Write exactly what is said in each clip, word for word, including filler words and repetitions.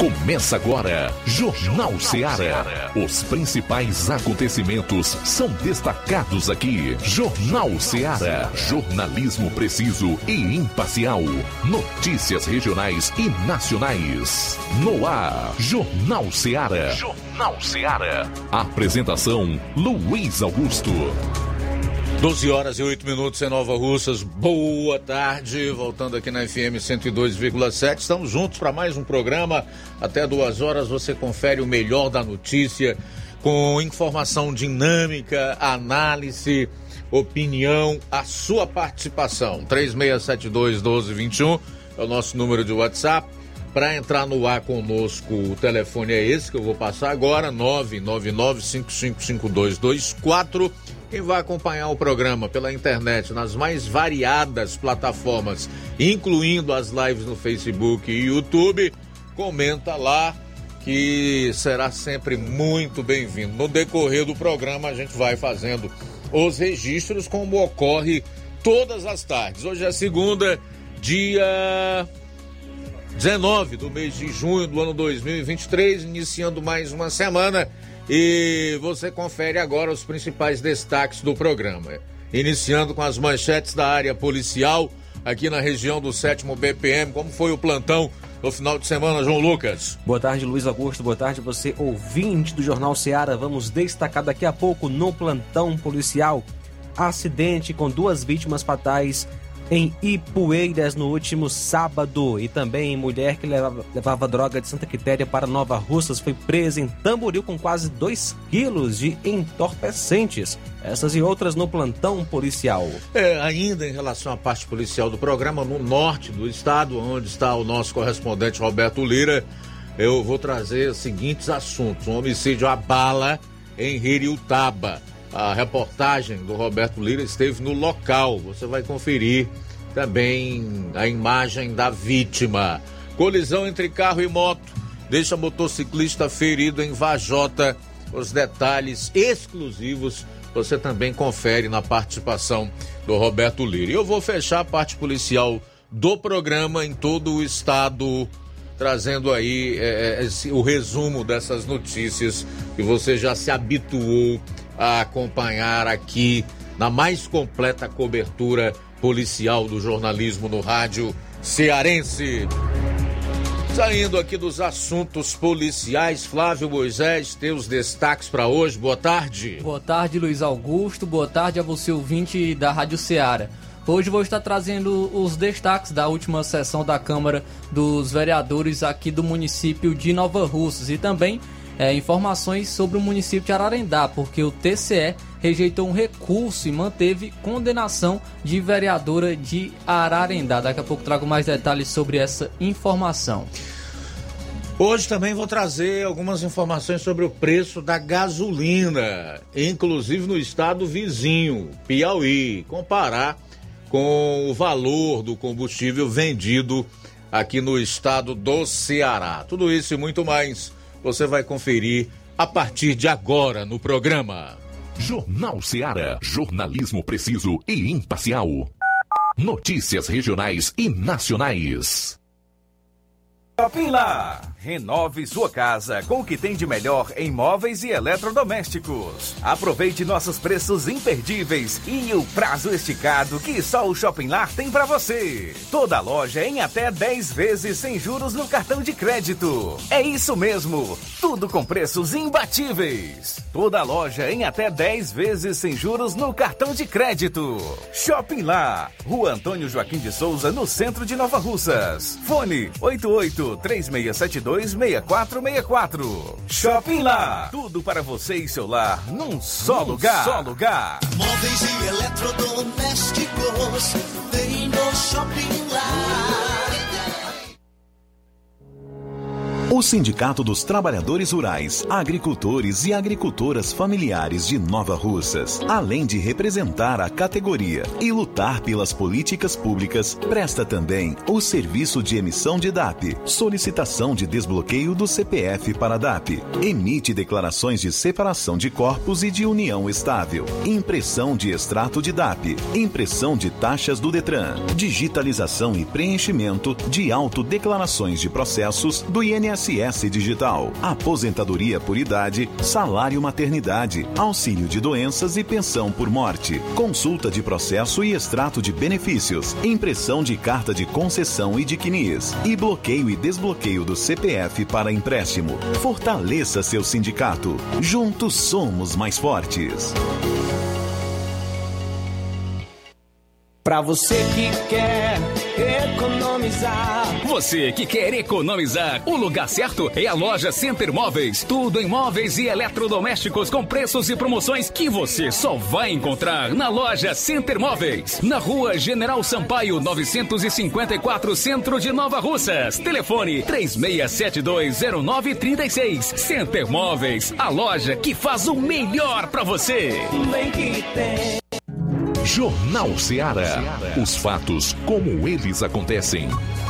Começa agora, Jornal Ceará. Os principais acontecimentos são destacados aqui. Jornal Ceará. Jornalismo preciso e imparcial. Notícias regionais e nacionais. No ar, Jornal Ceará. Jornal Ceará. Apresentação, Luiz Augusto. doze horas e oito minutos em Nova Russas. Boa tarde, voltando aqui na F M cento e dois vírgula sete. Estamos juntos para mais um programa. Até duas horas você confere o melhor da notícia com informação dinâmica, análise, opinião, a sua participação. três seis sete dois, um dois dois um é o nosso número de WhatsApp. Para entrar no ar conosco, o telefone é esse que eu vou passar agora, nove nove nove, cinco cinco cinco, dois dois quatro. Quem vai acompanhar o programa pela internet, nas mais variadas plataformas, incluindo as lives no Facebook e YouTube, comenta lá que será sempre muito bem-vindo. No decorrer do programa, a gente vai fazendo os registros como ocorre todas as tardes. Hoje é segunda, dia dezenove do mês de junho do ano dois mil e vinte e três, iniciando mais uma semana. E você confere agora os principais destaques do programa. Iniciando com as manchetes da área policial aqui na região do sétimo B P M. Como foi o plantão no final de semana, João Lucas? Boa tarde, Luiz Augusto. Boa tarde, você ouvinte do Jornal Ceará. Vamos destacar daqui a pouco no plantão policial: acidente com duas vítimas fatais em Ipueiras no último sábado. E também mulher que levava, levava droga de Santa Quitéria para Nova Russas foi presa em Tamboril com quase dois quilos de entorpecentes. Essas e outras no plantão policial. É, ainda em relação à parte policial do programa, no norte do estado, onde está o nosso correspondente Roberto Lira, eu vou trazer os seguintes assuntos: um homicídio à bala em Hiriutaba. A reportagem do Roberto Lira esteve no local. Você vai conferir também a imagem da vítima. Colisão entre carro e moto deixa motociclista ferido em Vajota. Os detalhes exclusivos você também confere na participação do Roberto Lira. E eu vou fechar a parte policial do programa em todo o estado, trazendo aí é, esse, o resumo dessas notícias que você já se habituou a acompanhar aqui na mais completa cobertura policial do jornalismo no rádio cearense. Saindo aqui dos assuntos policiais, Flávio Moisés, tem os destaques para hoje. Boa tarde. Boa tarde, Luiz Augusto. Boa tarde a você, ouvinte da Rádio Ceará. Hoje vou estar trazendo os destaques da última sessão da Câmara dos Vereadores aqui do município de Nova Russas e também É, informações sobre o município de Ararendá, porque o T C E rejeitou um recurso e manteve condenação de vereadora de Ararendá. Daqui a pouco trago mais detalhes sobre essa informação. Hoje também vou trazer algumas informações sobre o preço da gasolina, inclusive no estado vizinho, Piauí, comparar com o valor do combustível vendido aqui no estado do Ceará. Tudo isso e muito mais você vai conferir a partir de agora no programa. Jornal Ceará. Jornalismo preciso e imparcial. Notícias regionais e nacionais. Shopping Lá. Renove sua casa com o que tem de melhor em móveis e eletrodomésticos. Aproveite nossos preços imperdíveis e o prazo esticado que só o Shopping Lá tem para você. Toda loja em até dez vezes sem juros no cartão de crédito. É isso mesmo, tudo com preços imbatíveis. Toda loja em até dez vezes sem juros no cartão de crédito. Shopping Lá, Rua Antônio Joaquim de Souza, no centro de Nova Russas. Fone oito oito, três seis sete dois, seis quatro seis quatro. Shopping Lá, tudo para você e seu lar num só num lugar. Só lugar. Móveis e eletrodomésticos, vem no Shopping Lá. O Sindicato dos Trabalhadores Rurais, Agricultores e Agricultoras Familiares de Nova Russas, além de representar a categoria e lutar pelas políticas públicas, presta também o serviço de emissão de D A P, solicitação de desbloqueio do C P F para D A P, emite declarações de separação de corpos e de união estável, impressão de extrato de D A P, impressão de taxas do Detran, digitalização e preenchimento de autodeclarações de processos do I N S S S Digital, aposentadoria por idade, salário maternidade, auxílio de doenças e pensão por morte, consulta de processo e extrato de benefícios, impressão de carta de concessão e de C N I S e bloqueio e desbloqueio do C P F para empréstimo. Fortaleça seu sindicato. Juntos somos mais fortes. Pra você que quer economizar. Você que quer economizar, o lugar certo é a loja Center Móveis. Tudo em móveis e eletrodomésticos com preços e promoções que você só vai encontrar na loja Center Móveis. Na rua General Sampaio, novecentos e cinquenta e quatro, Centro de Nova Russas. Telefone três seis sete dois zero nove três seis. Center Móveis, a loja que faz o melhor pra você. Bem que tem. Jornal Ceará. Os fatos como eles acontecem.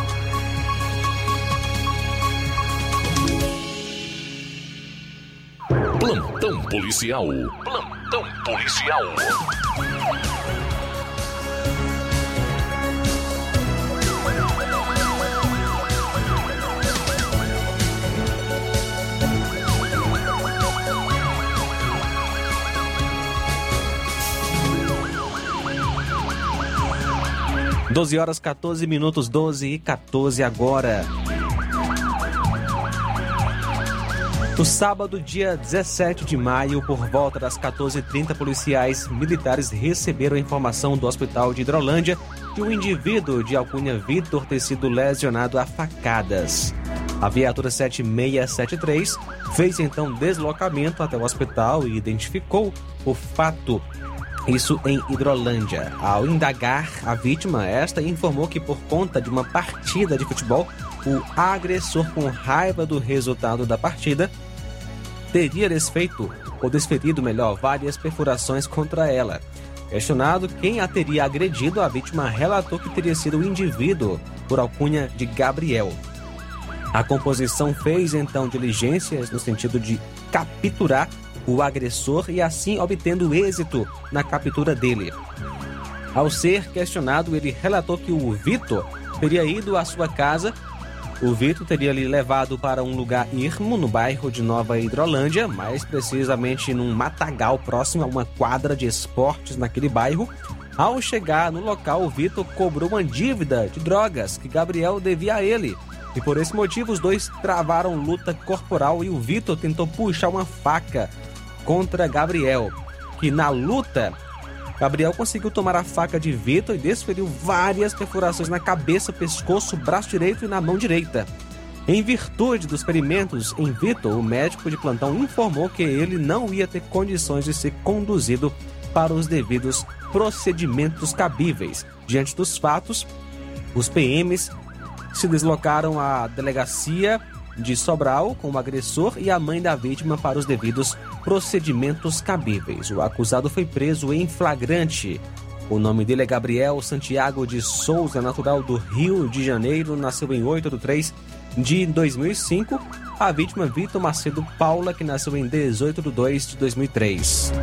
Plantão policial. Plantão policial. doze horas, quatorze minutos, doze e quatorze agora. No sábado, dia dezessete de maio, por volta das quatorze e trinta, policiais militares receberam a informação do hospital de Hidrolândia de um indivíduo de alcunha Vitor ter sido lesionado a facadas. A viatura sete seis sete três fez então deslocamento até o hospital e identificou o fato. Isso em Hidrolândia. Ao indagar a vítima, esta informou que por conta de uma partida de futebol, o agressor, com raiva do resultado da partida, teria desfeito, ou desferido melhor, várias perfurações contra ela. Questionado quem a teria agredido, a vítima relatou que teria sido o indivíduo por alcunha de Gabriel. A composição fez então diligências no sentido de capturar o agressor e assim obtendo êxito na captura dele. Ao ser questionado, ele relatou que o Vitor teria ido à sua casa. O Vitor teria lhe levado para um lugar ermo no bairro de Nova Hidrolândia, mais precisamente num matagal próximo a uma quadra de esportes naquele bairro. Ao chegar no local, o Vitor cobrou uma dívida de drogas que Gabriel devia a ele. E por esse motivo os dois travaram luta corporal e o Vitor tentou puxar uma faca contra Gabriel, que na luta, Gabriel conseguiu tomar a faca de Vitor e desferiu várias perfurações na cabeça, pescoço, braço direito e na mão direita. Em virtude dos ferimentos em Vitor, o médico de plantão informou que ele não ia ter condições de ser conduzido para os devidos procedimentos cabíveis. Diante dos fatos, os P Ms se deslocaram à delegacia de Sobral com o agressor e a mãe da vítima para os devidos procedimentos cabíveis. O acusado foi preso em flagrante. O nome dele é Gabriel Santiago de Souza, natural do Rio de Janeiro, nasceu em oito de três de dois mil e cinco. A vítima, Vitor Macedo Paula, que nasceu em dezoito de dois de dois mil e três.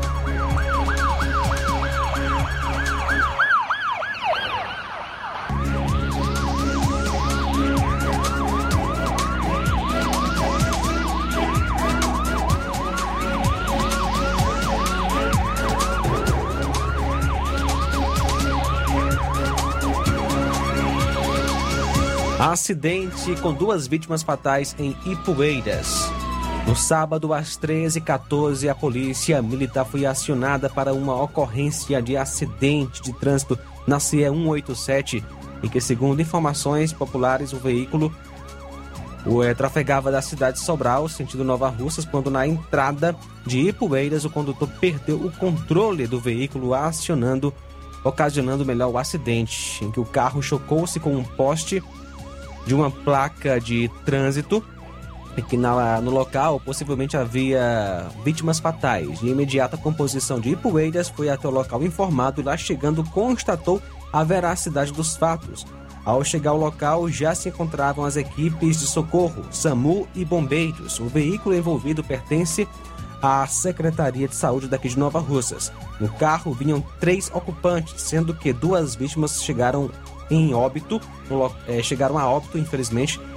Acidente com duas vítimas fatais em Ipueiras. No sábado, às treze e quatorze, a polícia militar foi acionada para uma ocorrência de acidente de trânsito na C E cento e oitenta e sete, em que, segundo informações populares, o veículo o, é, trafegava da cidade de Sobral, sentido Nova Russas, quando na entrada de Ipueiras o condutor perdeu o controle do veículo, acionando, ocasionando melhor o acidente, em que o carro chocou-se com um poste de uma placa de trânsito e que na, no local possivelmente havia vítimas fatais. De imediata, a composição de Ipueiras foi até o local informado e lá chegando constatou a veracidade dos fatos. Ao chegar ao local já se encontravam as equipes de socorro, SAMU e bombeiros. O veículo envolvido pertence à Secretaria de Saúde daqui de Nova Russas. No carro vinham três ocupantes, sendo que duas vítimas chegaram em óbito, é, chegaram a óbito, infelizmente,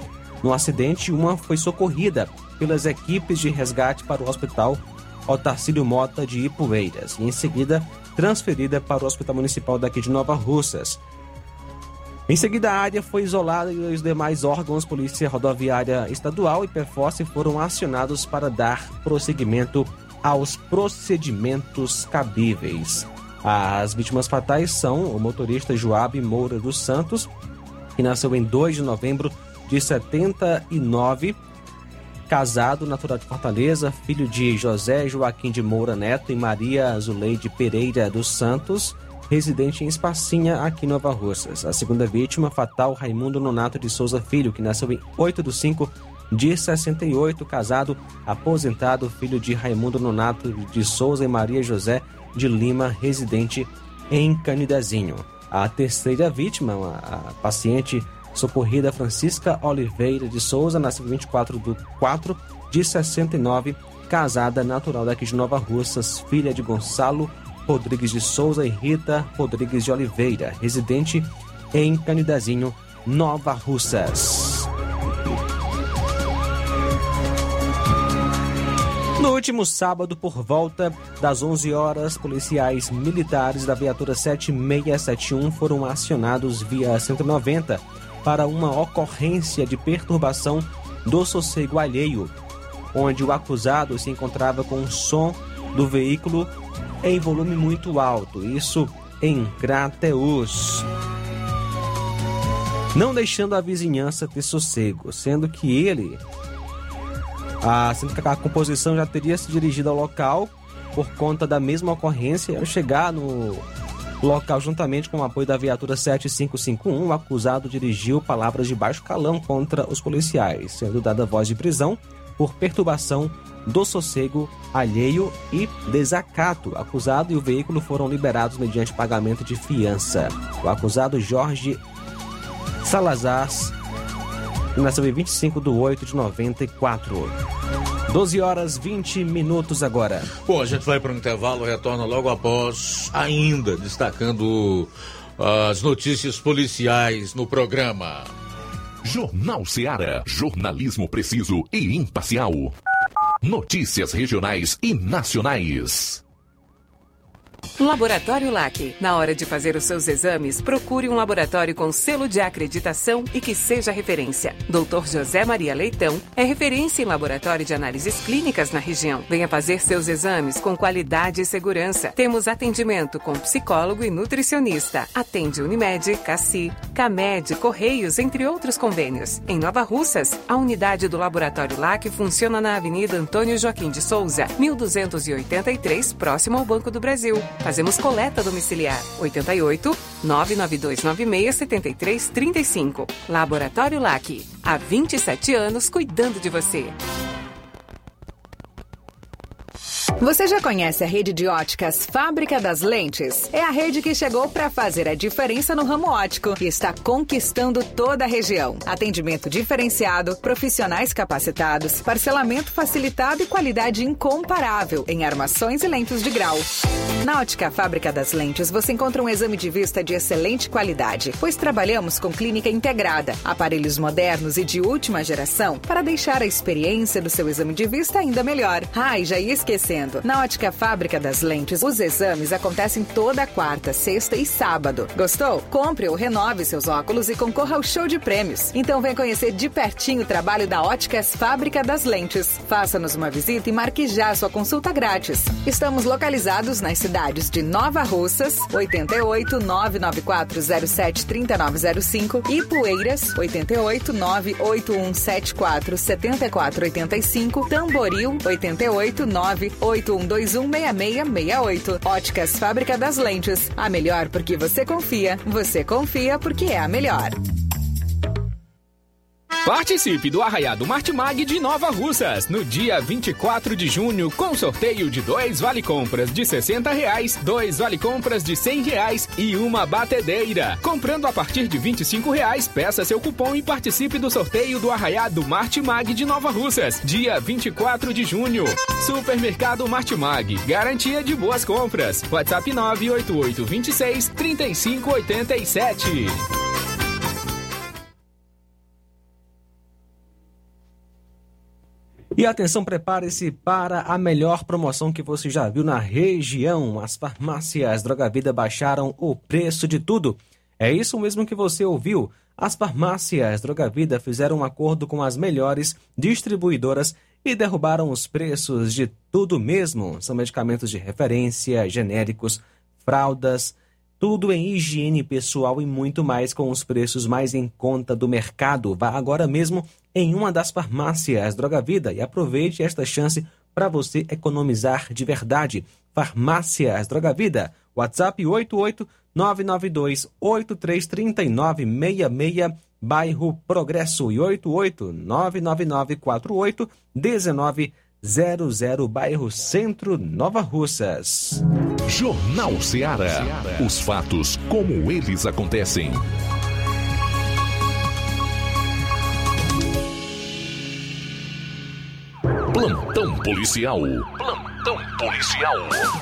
No acidente, uma foi socorrida pelas equipes de resgate para o Hospital Otacílio Mota de Ipueiras e, em seguida, transferida para o Hospital Municipal daqui de Nova Russas. Em seguida, a área foi isolada e os demais órgãos, Polícia Rodoviária Estadual e Perforce, foram acionados para dar prosseguimento aos procedimentos cabíveis. As vítimas fatais são o motorista Joabe Moura dos Santos, que nasceu em dois de novembro de setenta e nove, casado, natural de Fortaleza, filho de José Joaquim de Moura Neto e Maria Zuleide Pereira dos Santos, residente em Espacinha, aqui em Nova Russas. A segunda vítima fatal, Raimundo Nonato de Souza Filho, que nasceu em oito de cinco de sessenta e oito, casado, aposentado, filho de Raimundo Nonato de Souza e Maria José de Lima, residente em Canidezinho. A terceira vítima, a paciente socorrida Francisca Oliveira de Souza, nasceu em vinte e quatro de quatro de sessenta e nove, casada, natural daqui de Nova Russas, filha de Gonçalo Rodrigues de Souza e Rita Rodrigues de Oliveira, residente em Canidezinho, Nova Russas. No último sábado, por volta das onze horas, policiais militares da viatura sete seis sete um foram acionados via cento e noventa para uma ocorrência de perturbação do sossego alheio, onde o acusado se encontrava com o som do veículo em volume muito alto, isso em Crateús, não deixando a vizinhança ter sossego, sendo que ele, a, sendo que a composição já teria se dirigido ao local por conta da mesma ocorrência. Ao chegar no local juntamente com o apoio da viatura sete cinco cinco um, o acusado dirigiu palavras de baixo calão contra os policiais, sendo dada voz de prisão por perturbação do sossego alheio e desacato. O acusado e o veículo foram liberados mediante pagamento de fiança. O acusado Jorge Salazar nasceu em vinte e cinco de oito de noventa e quatro. doze horas vinte minutos agora. Bom, a gente vai para um intervalo, retorna logo após, ainda destacando as notícias policiais no programa. Jornal Ceará, jornalismo preciso e imparcial. Notícias regionais e nacionais. Laboratório L A C. Na hora de fazer os seus exames, procure um laboratório com selo de acreditação e que seja referência. doutor José Maria Leitão é referência em laboratório de análises clínicas na região. Venha fazer seus exames com qualidade e segurança. Temos atendimento com psicólogo e nutricionista. Atende Unimed, Cassi, Camed, Correios, entre outros convênios. Em Nova Russas, a unidade do Laboratório L A C funciona na Avenida Antônio Joaquim de Souza, mil duzentos e oitenta e três, próximo ao Banco do Brasil. Fazemos coleta domiciliar. oito oito, nove nove dois nove seis, sete três três cinco. Laboratório L A C. Há vinte e sete anos cuidando de você. Você já conhece a rede de óticas Fábrica das Lentes? É a rede que chegou para fazer a diferença no ramo óptico e está conquistando toda a região. Atendimento diferenciado, profissionais capacitados, parcelamento facilitado e qualidade incomparável em armações e lentes de grau. Na Ótica Fábrica das Lentes, você encontra um exame de vista de excelente qualidade, pois trabalhamos com clínica integrada, aparelhos modernos e de última geração para deixar a experiência do seu exame de vista ainda melhor. Ai, já ia esquecendo. Na Ótica Fábrica das Lentes, os exames acontecem toda quarta, sexta e sábado. Gostou? Compre ou renove seus óculos e concorra ao show de prêmios. Então vem conhecer de pertinho o trabalho da Óticas Fábrica das Lentes. Faça-nos uma visita e marque já sua consulta grátis. Estamos localizados nas cidades de Nova Russas, oito oito, nove nove quatro zero sete, três nove zero cinco, e Ipueiras, oito oito, nove oito um sete quatro, sete quatro oito cinco, Tamboril, oito oito, nove oito um dois um, seis seis seis oito. Óticas Fábrica das Lentes. A melhor porque você confia. Você confia porque é a melhor. Participe do Arraiado Martimag de Nova Russas, no dia vinte e quatro de junho, com sorteio de dois vale-compras de sessenta reais, dois vale-compras de cem reais e uma batedeira. Comprando a partir de vinte e cinco reais, peça seu cupom e participe do sorteio do Arraiado Martimag de Nova Russas, dia vinte e quatro de junho. Supermercado Martimag, garantia de boas compras. WhatsApp nove oito oito dois seis, três cinco oito sete. E atenção, prepare-se para a melhor promoção que você já viu na região. As farmácias Droga Vida baixaram o preço de tudo. É isso mesmo que você ouviu. As farmácias Droga Vida fizeram um acordo com as melhores distribuidoras e derrubaram os preços de tudo mesmo. São medicamentos de referência, genéricos, fraldas, tudo em higiene pessoal e muito mais com os preços mais em conta do mercado. Vá agora mesmo em uma das farmácias Droga Vida e aproveite esta chance para você economizar de verdade. Farmácias Droga Vida, WhatsApp oito oito nove nove dois oito três três nove seis seis, bairro Progresso, e oito oito nove nove nove quatro oito um nove zero zero, bairro Centro, Nova Russas. Jornal Ceará. Os fatos como eles acontecem. Plantão policial. Plantão policial.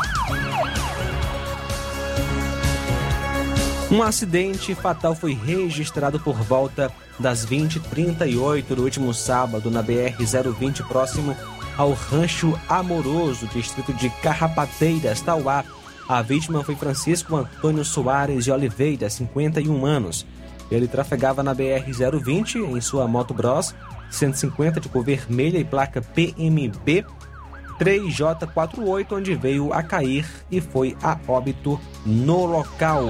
Um acidente fatal foi registrado por volta das vinte e trinta e oito do último sábado na B R zero vinte, próximo ao Rancho Amoroso, distrito de Carrapateiras, Tauá. A vítima foi Francisco Antônio Soares de Oliveira, cinquenta e um anos. Ele trafegava na B R zero vinte em sua Moto Bros cento e cinquenta de cor vermelha e placa P M B três J quarenta e oito, onde veio a cair e foi a óbito no local.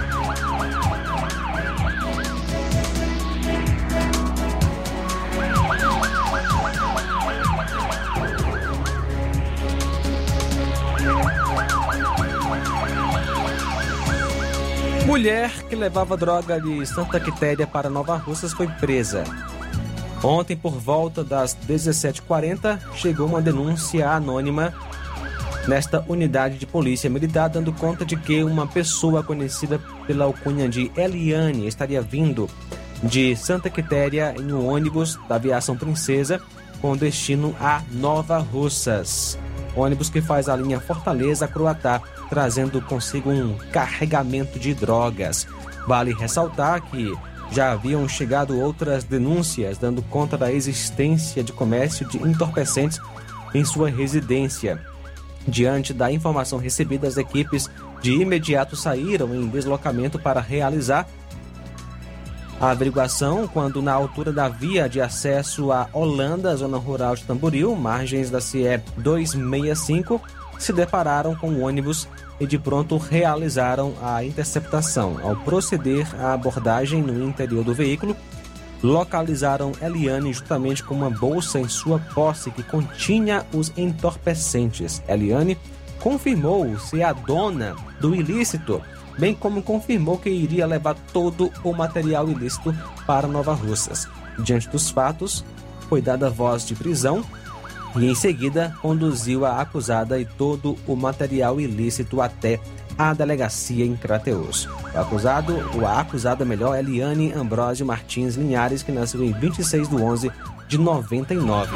Mulher que levava droga de Santa Quitéria para Nova Russas foi presa. Ontem, por volta das dezessete e quarenta, chegou uma denúncia anônima nesta unidade de polícia militar, dando conta de que uma pessoa conhecida pela alcunha de Eliane estaria vindo de Santa Quitéria em um ônibus da Aviação Princesa com destino a Nova Russas. Ônibus que faz a linha Fortaleza-Croatá, trazendo consigo um carregamento de drogas. Vale ressaltar que já haviam chegado outras denúncias dando conta da existência de comércio de entorpecentes em sua residência. Diante da informação recebida, as equipes de imediato saíram em deslocamento para realizar a averiguação, quando na altura da via de acesso à Holanda, zona rural de Tamboril, margens da C E duzentos e sessenta e cinco, se depararam com o ônibus e de pronto realizaram a interceptação. Ao proceder à abordagem no interior do veículo, localizaram Eliane juntamente com uma bolsa em sua posse que continha os entorpecentes. Eliane confirmou ser a dona do ilícito, bem como confirmou que iria levar todo o material ilícito para Nova Russas. Diante dos fatos, foi dada voz de prisão e, em seguida, conduziu a acusada e todo o material ilícito até a delegacia em Crateús. O acusado, ou a acusada melhor, Eliane Ambrósio Martins Linhares, que nasceu em vinte e seis de onze de noventa e nove.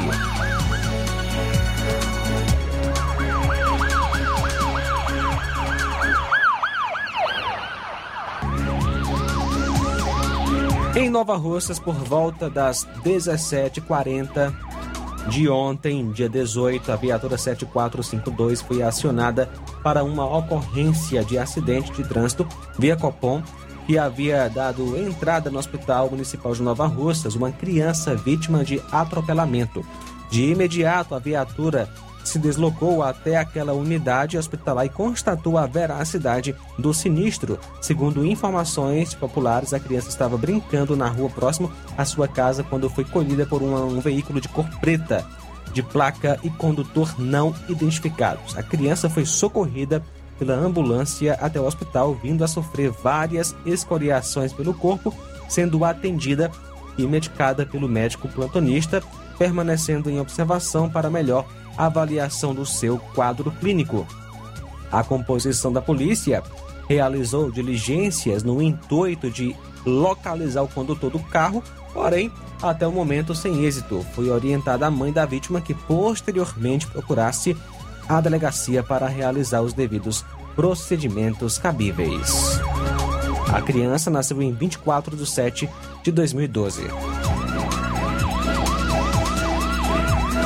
Em Nova Russas, por volta das dezessete e quarenta de ontem, dia dezoito, a viatura sete quatro cinco dois foi acionada para uma ocorrência de acidente de trânsito via Copom, que havia dado entrada no Hospital Municipal de Nova Russas uma criança vítima de atropelamento. De imediato, a viatura se deslocou até aquela unidade hospitalar e constatou a veracidade do sinistro. Segundo informações populares, a criança estava brincando na rua próximo à sua casa quando foi colhida por um, um veículo de cor preta, de placa e condutor não identificados. A criança foi socorrida pela ambulância até o hospital, vindo a sofrer várias escoriações pelo corpo, sendo atendida e medicada pelo médico plantonista, permanecendo em observação para melhor avaliação do seu quadro clínico. A composição da polícia realizou diligências no intuito de localizar o condutor do carro, porém, até o momento sem êxito. Foi orientada a mãe da vítima que posteriormente procurasse a delegacia para realizar os devidos procedimentos cabíveis. A criança nasceu em vinte e quatro de setembro de dois mil e doze.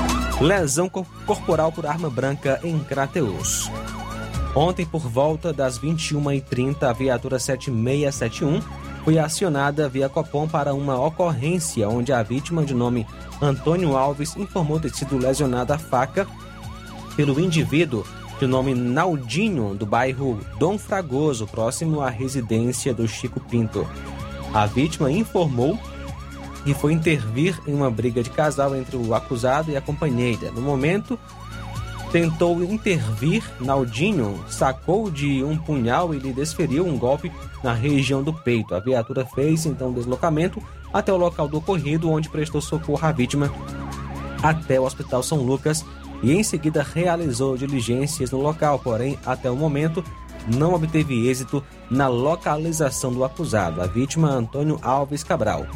lesão corporal por arma branca em Crateús. Ontem, por volta das vinte e uma e trinta, a viatura sete seis sete um foi acionada via Copom para uma ocorrência onde a vítima, de nome Antônio Alves, informou ter sido lesionada a faca pelo indivíduo de nome Naldinho, do bairro Dom Fragoso, próximo à residência do Chico Pinto. A vítima informou que foi intervir em uma briga de casal entre o acusado e a companheira. No momento, tentou intervir, Naldinho sacou de um punhal e lhe desferiu um golpe na região do peito. A viatura fez então deslocamento até o local do ocorrido, onde prestou socorro à vítima até o Hospital São Lucas e em seguida realizou diligências no local, porém, até o momento, não obteve êxito na localização do acusado, a vítima Antônio Alves Cabral.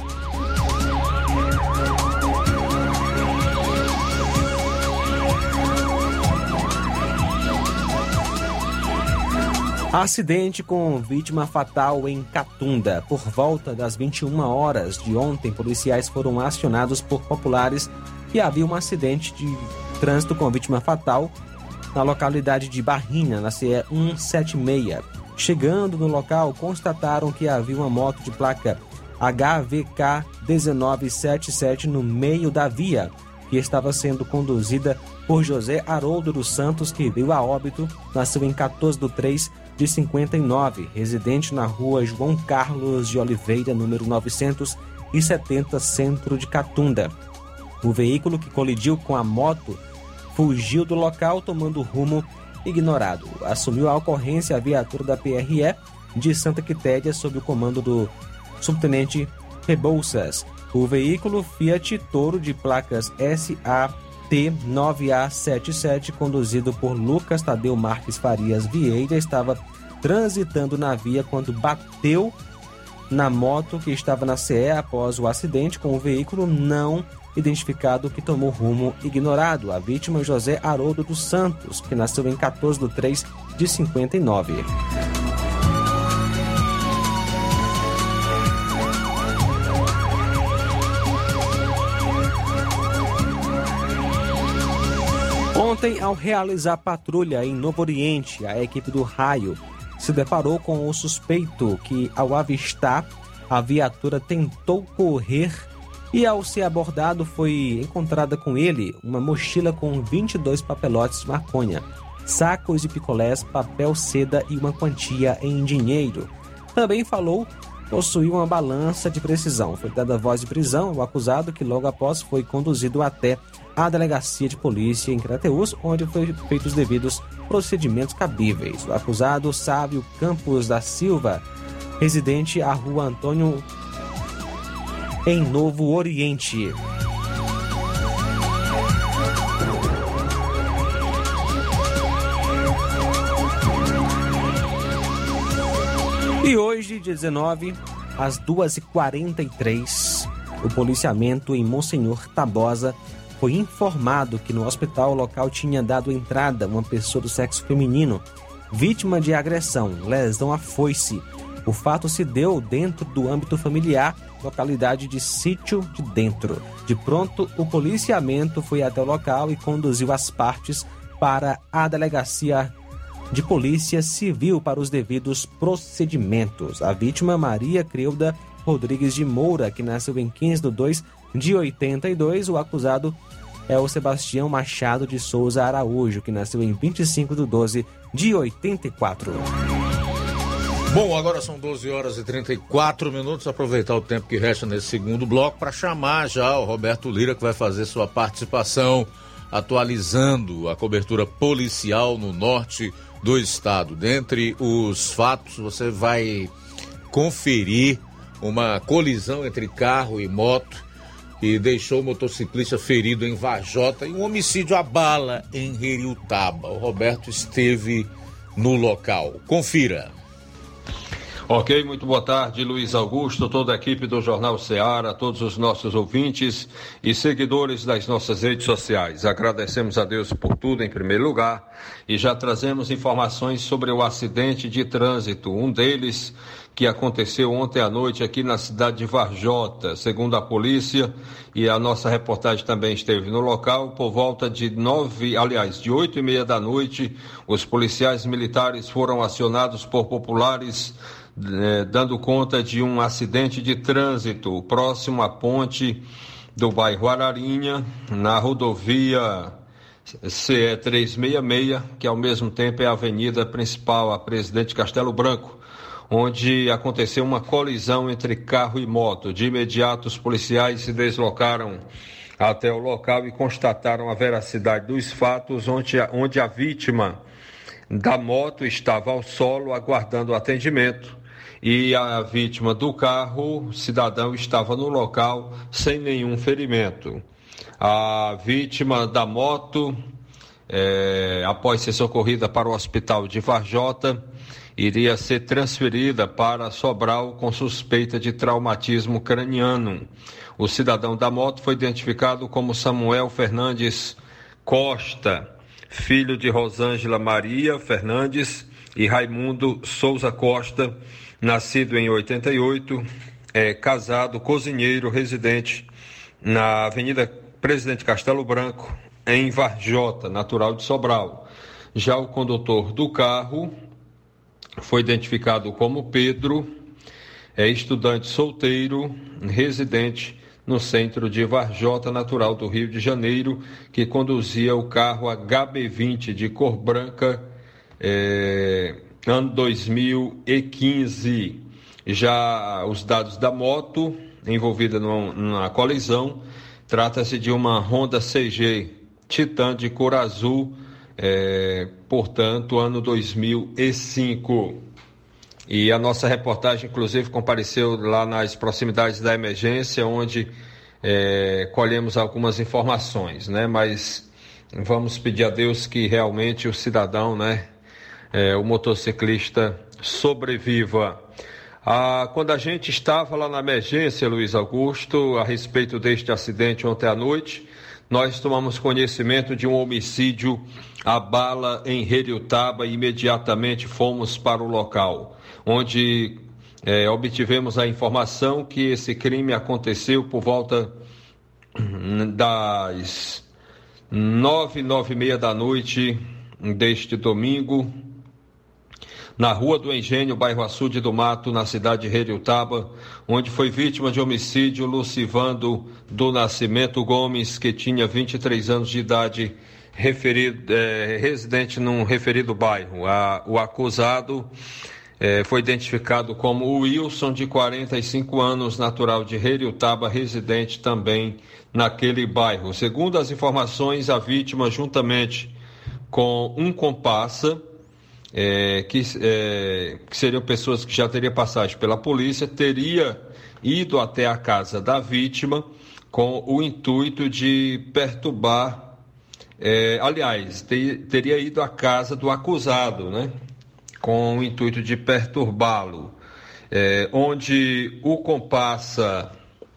Acidente com vítima fatal em Catunda. Por volta das vinte e uma horas de ontem, policiais foram acionados por populares que havia um acidente de trânsito com vítima fatal na localidade de Barrinha, na C E cento e setenta e seis. Chegando no local, constataram que havia uma moto de placa H V K um nove sete sete no meio da via, que estava sendo conduzida por José Haroldo dos Santos, que veio a óbito, nasceu em quatorze de três de cinquenta e nove, residente na rua João Carlos de Oliveira, número novecentos e setenta, centro de Catunda. O veículo que colidiu com a moto fugiu do local tomando rumo ignorado. Assumiu a ocorrência a viatura da P R E de Santa Quitéria sob o comando do subtenente Rebouças. O veículo Fiat Toro de placas S A T nove A setenta e sete, conduzido por Lucas Tadeu Marques Farias Vieira, estava transitando na via quando bateu na moto que estava na C E após o acidente com o veículo não identificado que tomou rumo ignorado. A vítima, José Haroldo dos Santos, que nasceu em quatorze de três de cinquenta e nove. Ontem, ao realizar patrulha em Novo Oriente, a equipe do Raio se deparou com o suspeito que, ao avistar, a viatura tentou correr e, ao ser abordado, foi encontrada com ele uma mochila com vinte e dois papelotes de maconha, sacos de picolés, papel seda e uma quantia em dinheiro. Também falou possuía uma balança de precisão. Foi dada voz de prisão ao acusado, que logo após foi conduzido até a delegacia de polícia em Crateús, onde foi feitos os devidos procedimentos cabíveis. O acusado, Sávio Campos da Silva, residente à rua Antônio, em Novo Oriente. E hoje, dia dezenove, às duas e quarenta e três, o policiamento em Monsenhor Tabosa foi informado que no hospital local tinha dado entrada uma pessoa do sexo feminino, vítima de agressão, lesão à foice. O fato se deu dentro do âmbito familiar, localidade de Sítio de Dentro. De pronto, o policiamento foi até o local e conduziu as partes para a delegacia de polícia civil para os devidos procedimentos. A vítima, Maria Creuda Rodrigues de Moura, que nasceu em quinze de dois de oitenta e dois. O acusado é o Sebastião Machado de Souza Araújo, que nasceu em vinte e cinco de doze de oitenta e quatro. Bom, agora são doze horas e trinta e quatro minutos. Aproveitar o tempo que resta nesse segundo bloco para chamar já o Roberto Lira, que vai fazer sua participação atualizando a cobertura policial no norte do estado. Dentre os fatos, você vai conferir uma colisão entre carro e moto que deixou o motociclista ferido em Vajota e um homicídio à bala em Heriutaba. O Roberto esteve no local. Confira. Ok, muito boa tarde, Luiz Augusto, toda a equipe do Jornal Ceará, todos os nossos ouvintes e seguidores das nossas redes sociais. Agradecemos a Deus por tudo em primeiro lugar e já trazemos informações sobre o acidente de trânsito, um deles que aconteceu ontem à noite aqui na cidade de Varjota. Segundo a polícia, e a nossa reportagem também esteve no local, por volta de nove, aliás, de oito e meia da noite, os policiais militares foram acionados por populares eh, dando conta de um acidente de trânsito próximo à ponte do bairro Ararinha, na rodovia C E trezentos e sessenta e seis, que ao mesmo tempo é a avenida principal, a Presidente Castelo Branco, onde aconteceu uma colisão entre carro e moto. De imediato, os policiais se deslocaram até o local e constataram a veracidade dos fatos, onde a, onde a vítima da moto estava ao solo aguardando atendimento e a vítima do carro, cidadão, estava no local sem nenhum ferimento. A vítima da moto, é, após ser socorrida para o hospital de Varjota, iria ser transferida para Sobral com suspeita de traumatismo craniano. O cidadão da moto foi identificado como Samuel Fernandes Costa, filho de Rosângela Maria Fernandes e Raimundo Souza Costa, nascido em oitenta e oito, é casado, cozinheiro, residente na Avenida Presidente Castelo Branco, em Varjota, natural de Sobral. Já o condutor do carro foi identificado como Pedro, é estudante solteiro, residente no centro de Varjota, natural do Rio de Janeiro, que conduzia o carro H B vinte de cor branca, é, ano dois mil e quinze. Já os dados da moto envolvida na colisão, trata-se de uma Honda C G Titan de cor azul, É, portanto, ano dois mil e cinco. E a nossa reportagem, inclusive, compareceu lá nas proximidades da emergência, onde é, colhemos algumas informações, né? Mas vamos pedir a Deus que realmente o cidadão, né, é, o motociclista, sobreviva. Ah, quando a gente estava lá na emergência, Luiz Augusto, a respeito deste acidente ontem à noite, nós tomamos conhecimento de um homicídio à bala em Heriotaba e imediatamente fomos para o local, onde é, obtivemos a informação que esse crime aconteceu por volta das nove, nove e meia da noite deste domingo, na Rua do Engenho, bairro Açude do Mato, na cidade de Heriotaba, onde foi vítima de homicídio Lucivando do Nascimento Gomes, que tinha vinte e três anos de idade, referido, é, residente num referido bairro. A, o acusado é, foi identificado como Wilson, de quarenta e cinco anos, natural de Heriotaba, residente também naquele bairro. Segundo as informações, a vítima, juntamente com um comparsa, É, que, é, que seriam pessoas que já teriam passagem pela polícia, teria ido até a casa da vítima com o intuito de perturbar, é, aliás, ter, teria ido à casa do acusado, né, com o intuito de perturbá-lo, é, onde o comparsa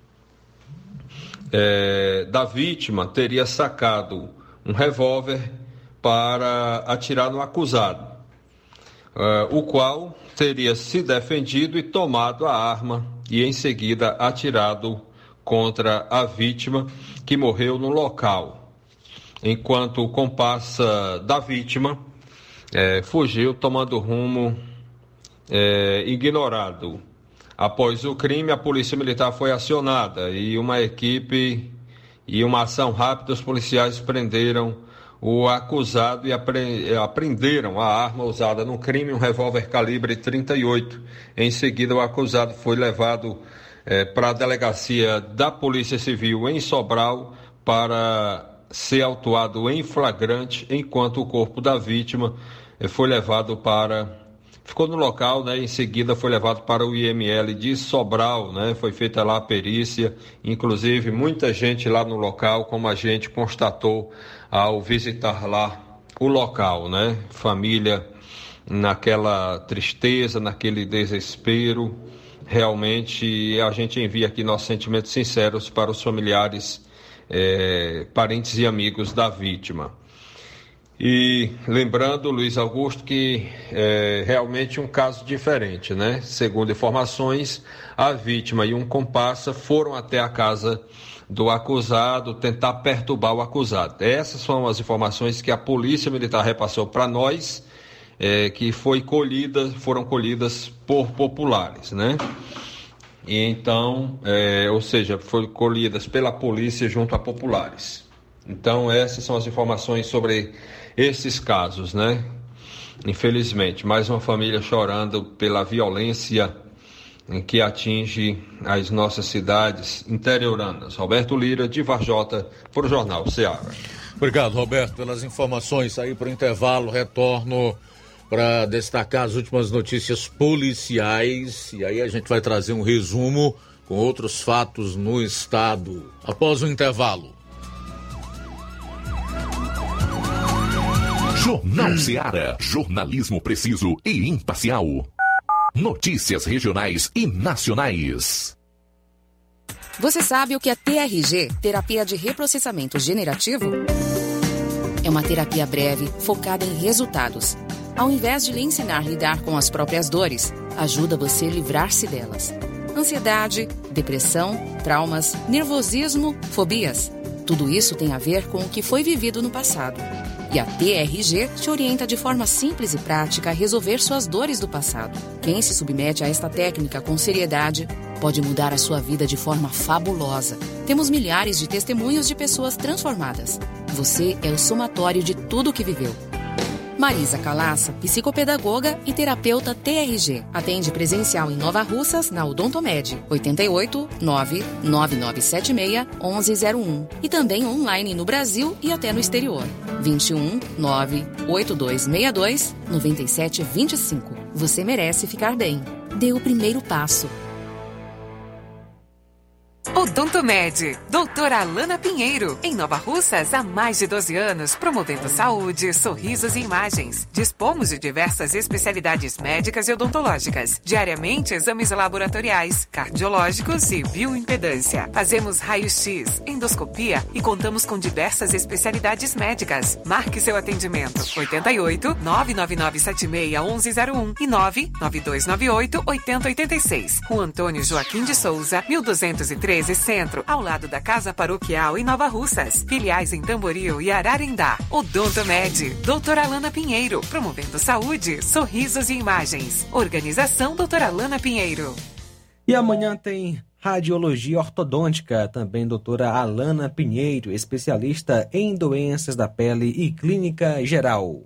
é, da vítima teria sacado um revólver para atirar no acusado. Uh, o qual teria se defendido e tomado a arma e em seguida atirado contra a vítima, que morreu no local, enquanto o comparsa da vítima eh, fugiu tomando rumo eh, ignorado. Após o crime, a polícia militar foi acionada e uma equipe e uma ação rápida, os policiais prenderam o acusado e apreenderam a arma usada no crime, um revólver calibre trinta e oito. Em seguida, o acusado foi levado eh, para a delegacia da Polícia Civil em Sobral para ser autuado em flagrante, enquanto o corpo da vítima eh, foi levado para... Ficou no local, né? Em seguida foi levado para o I M L de Sobral, né? Foi feita lá a perícia, inclusive muita gente lá no local, como a gente constatou ao visitar lá o local, né? Família naquela tristeza, naquele desespero. Realmente a gente envia aqui nossos sentimentos sinceros para os familiares, é, parentes e amigos da vítima. E lembrando, Luiz Augusto, que é realmente um caso diferente, né? Segundo informações, a vítima e um comparsa foram até a casa do acusado tentar perturbar o acusado. Essas são as informações que a Polícia Militar repassou para nós, é, que foi colhida, foram colhidas por populares, né? E então, é, ou seja, foram colhidas pela polícia junto a populares. Então, essas são as informações sobre esses casos, né? Infelizmente, mais uma família chorando pela violência em que atinge as nossas cidades interioranas. Roberto Lira, de Varjota, para o Jornal Ceará. Obrigado, Roberto, pelas informações. Aí para o intervalo, retorno para destacar as últimas notícias policiais. E aí a gente vai trazer um resumo com outros fatos no estado. Após o intervalo. Jornal Ceará. Jornalismo preciso e imparcial. Notícias regionais e nacionais. Você sabe o que é T R G, Terapia de Reprocessamento Generativo? É uma terapia breve, focada em resultados. Ao invés de lhe ensinar a lidar com as próprias dores, ajuda você a livrar-se delas. Ansiedade, depressão, traumas, nervosismo, fobias. Tudo isso tem a ver com o que foi vivido no passado. E a T R G te orienta de forma simples e prática a resolver suas dores do passado. Quem se submete a esta técnica com seriedade pode mudar a sua vida de forma fabulosa. Temos milhares de testemunhos de pessoas transformadas. Você é o somatório de tudo o que viveu. Marisa Calaça, psicopedagoga e terapeuta T R G. Atende presencial em Nova Russas, na Odontomed, oito oito nove nove nove sete seis um um zero um. E também online no Brasil e até no exterior. vinte e um nove oito dois seis dois nove sete dois cinco. Você merece ficar bem. Dê o primeiro passo. Odontomed, doutora Alana Pinheiro, em Nova Russas há mais de doze anos, promovendo saúde, sorrisos e imagens. Dispomos de diversas especialidades médicas e odontológicas, diariamente exames laboratoriais, cardiológicos e bioimpedância. Fazemos raio-x, endoscopia e contamos com diversas especialidades médicas. Marque seu atendimento, oito oito nove nove nove sete seis um um zero um e nove nove dois nove oito oito zero oito seis. Rua Antônio Joaquim de Souza, mil duzentos e treze Centro, ao lado da Casa Paroquial em Nova Russas. Filiais em Tamboril e Ararendá. Odontomed, doutora Alana Pinheiro, promovendo saúde, sorrisos e imagens. Organização doutora Alana Pinheiro. E amanhã tem Radiologia Ortodôntica, também doutora Alana Pinheiro, especialista em doenças da pele e clínica geral.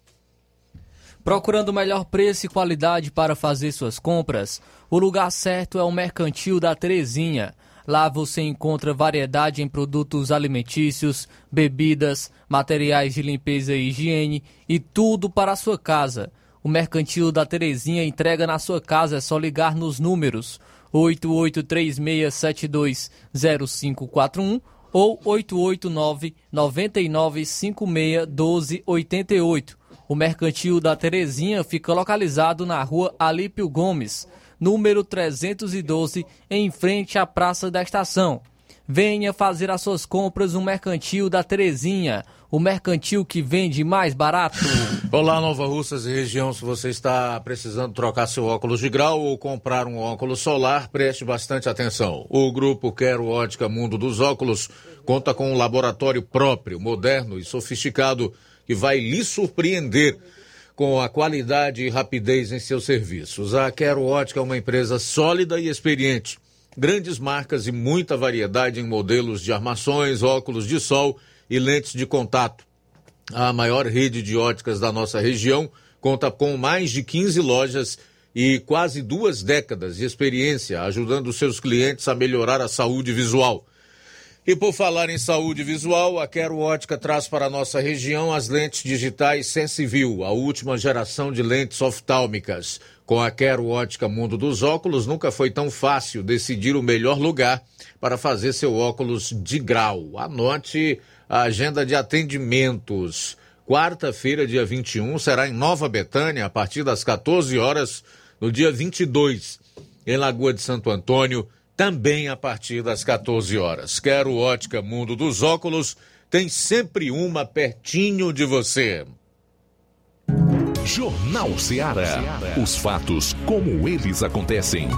Procurando o melhor preço e qualidade para fazer suas compras? O lugar certo é o Mercantil da Terezinha. Lá você encontra variedade em produtos alimentícios, bebidas, materiais de limpeza e higiene e tudo para a sua casa. O Mercantil da Terezinha entrega na sua casa, é só ligar nos números oito oito três seis sete dois zero cinco quatro um ou oito oito nove nove nove cinco seis um dois oito oito. O Mercantil da Terezinha fica localizado na rua Alípio Gomes, número trezentos e doze, em frente à Praça da Estação. Venha fazer as suas compras no Mercantil da Terezinha, o mercantil que vende mais barato. Olá, Nova Russas e região, se você está precisando trocar seu óculos de grau ou comprar um óculos solar, preste bastante atenção. O grupo Quero Ótica Mundo dos Óculos conta com um laboratório próprio, moderno e sofisticado, que vai lhe surpreender com a qualidade e rapidez em seus serviços. A Quero Ótica é uma empresa sólida e experiente. Grandes marcas e muita variedade em modelos de armações, óculos de sol e lentes de contato. A maior rede de óticas da nossa região conta com mais de quinze lojas e quase duas décadas de experiência, ajudando seus clientes a melhorar a saúde visual. E por falar em saúde visual, a Quero Ótica traz para a nossa região as lentes digitais Sensiview, a última geração de lentes oftálmicas. Com a Quero Ótica Mundo dos Óculos, nunca foi tão fácil decidir o melhor lugar para fazer seu óculos de grau. Anote a agenda de atendimentos quarta-feira, dia vinte e um, será em Nova Betânia, a partir das quatorze horas, no dia vinte e dois, em Lagoa de Santo Antônio, também a partir das quatorze horas. Quero Ótica Mundo dos Óculos, tem sempre uma pertinho de você. Jornal Ceará. Os fatos como eles acontecem.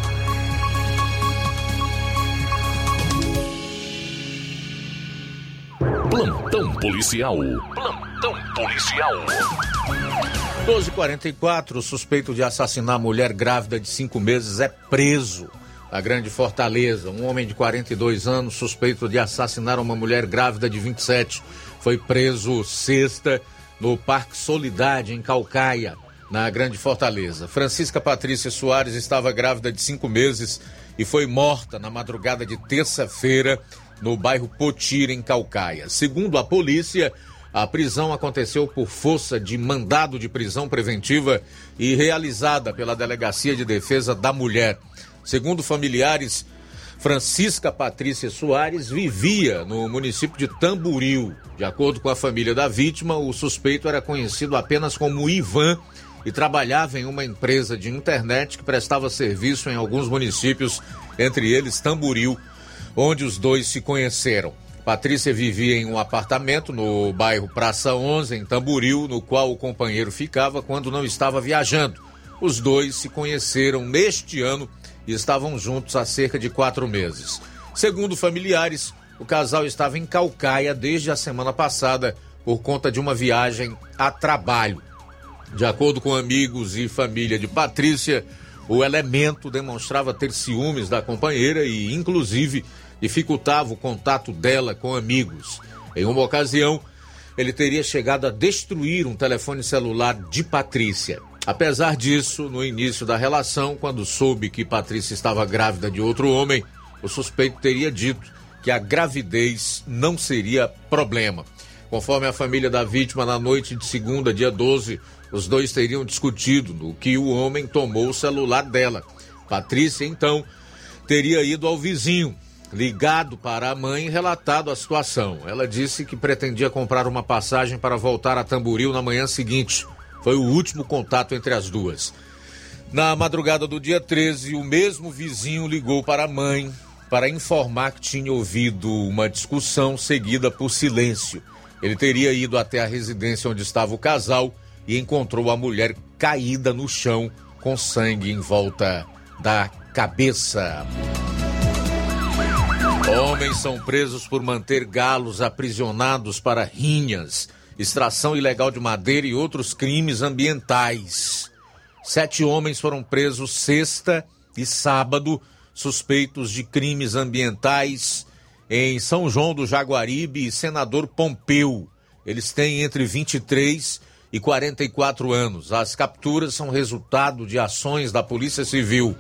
Plantão policial. Plantão policial. doze e quarenta e quatro, suspeito de assassinar mulher grávida de cinco meses é preso na Grande Fortaleza. Um homem de quarenta e dois anos, suspeito de assassinar uma mulher grávida de vinte e sete, foi preso sexta no Parque Solidade, em Caucaia, na Grande Fortaleza. Francisca Patrícia Soares estava grávida de cinco meses e foi morta na madrugada de terça-feira no bairro Potira, em Caucaia. Segundo a polícia, a prisão aconteceu por força de mandado de prisão preventiva e realizada pela Delegacia de Defesa da Mulher. Segundo familiares, Francisca Patrícia Soares vivia no município de Tamboril. De acordo com a família da vítima, o suspeito era conhecido apenas como Ivan e trabalhava em uma empresa de internet que prestava serviço em alguns municípios, entre eles Tamboril, onde os dois se conheceram. Patrícia vivia em um apartamento no bairro Praça onze, em Tamboril, no qual o companheiro ficava quando não estava viajando. Os dois se conheceram neste ano e estavam juntos há cerca de quatro meses. Segundo familiares, o casal estava em Caucaia desde a semana passada por conta de uma viagem a trabalho. De acordo com amigos e família de Patrícia, o elemento demonstrava ter ciúmes da companheira e, inclusive, dificultava o contato dela com amigos. Em uma ocasião, ele teria chegado a destruir um telefone celular de Patrícia. Apesar disso, no início da relação, quando soube que Patrícia estava grávida de outro homem, o suspeito teria dito que a gravidez não seria problema. Conforme a família da vítima, na noite de segunda, dia doze, os dois teriam discutido no que o homem tomou o celular dela. Patrícia, então, teria ido ao vizinho, ligado para a mãe e relatado a situação. Ela disse que pretendia comprar uma passagem para voltar a Tamboril na manhã seguinte. Foi o último contato entre as duas. Na madrugada do dia treze, o mesmo vizinho ligou para a mãe para informar que tinha ouvido uma discussão seguida por silêncio. Ele teria ido até a residência onde estava o casal e encontrou a mulher caída no chão com sangue em volta da cabeça. Homens são presos por manter galos aprisionados para rinhas, extração ilegal de madeira e outros crimes ambientais. Sete homens foram presos sexta e sábado, suspeitos de crimes ambientais em São João do Jaguaribe e Senador Pompeu. Eles têm entre vinte e três e quarenta e quatro anos. As capturas são resultado de ações da Polícia Civil.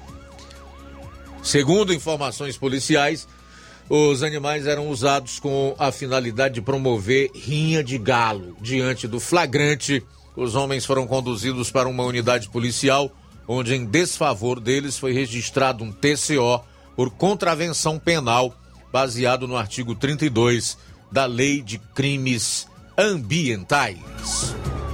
Segundo informações policiais, os animais eram usados com a finalidade de promover rinha de galo. Diante do flagrante, os homens foram conduzidos para uma unidade policial, onde em desfavor deles foi registrado um T C O por contravenção penal, baseado no artigo trinta e dois da Lei de Crimes Ambientais.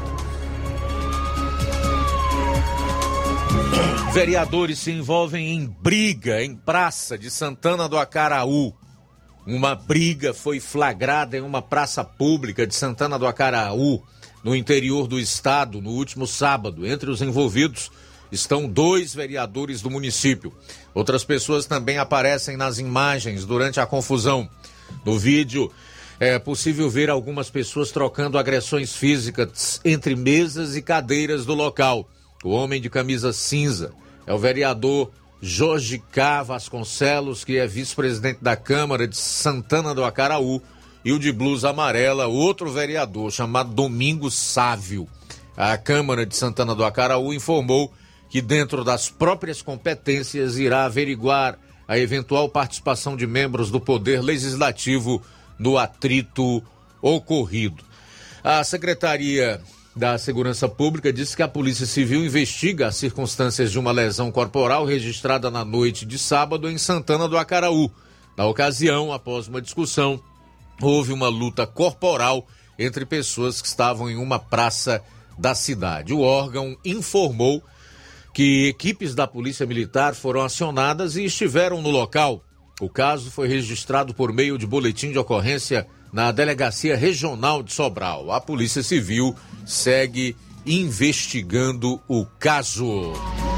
Vereadores se envolvem em briga em praça de Santana do Acaraú. Uma briga foi flagrada em uma praça pública de Santana do Acaraú, no interior do estado, no último sábado. Entre os envolvidos estão dois vereadores do município. Outras pessoas também aparecem nas imagens durante a confusão. No vídeo é possível ver algumas pessoas trocando agressões físicas entre mesas e cadeiras do local. O homem de camisa cinza é o vereador Jorge K. Vasconcelos, que é vice-presidente da Câmara de Santana do Acaraú, e o de blusa amarela, outro vereador chamado Domingos Sávio. A Câmara de Santana do Acaraú informou que, dentro das próprias competências, irá averiguar a eventual participação de membros do Poder Legislativo no atrito ocorrido. A Secretaria da Segurança Pública disse que a Polícia Civil investiga as circunstâncias de uma lesão corporal registrada na noite de sábado em Santana do Acaraú. Na ocasião, após uma discussão, houve uma luta corporal entre pessoas que estavam em uma praça da cidade. O órgão informou que equipes da Polícia Militar foram acionadas e estiveram no local. O caso foi registrado por meio de boletim de ocorrência na Delegacia Regional de Sobral. A Polícia Civil segue investigando o caso.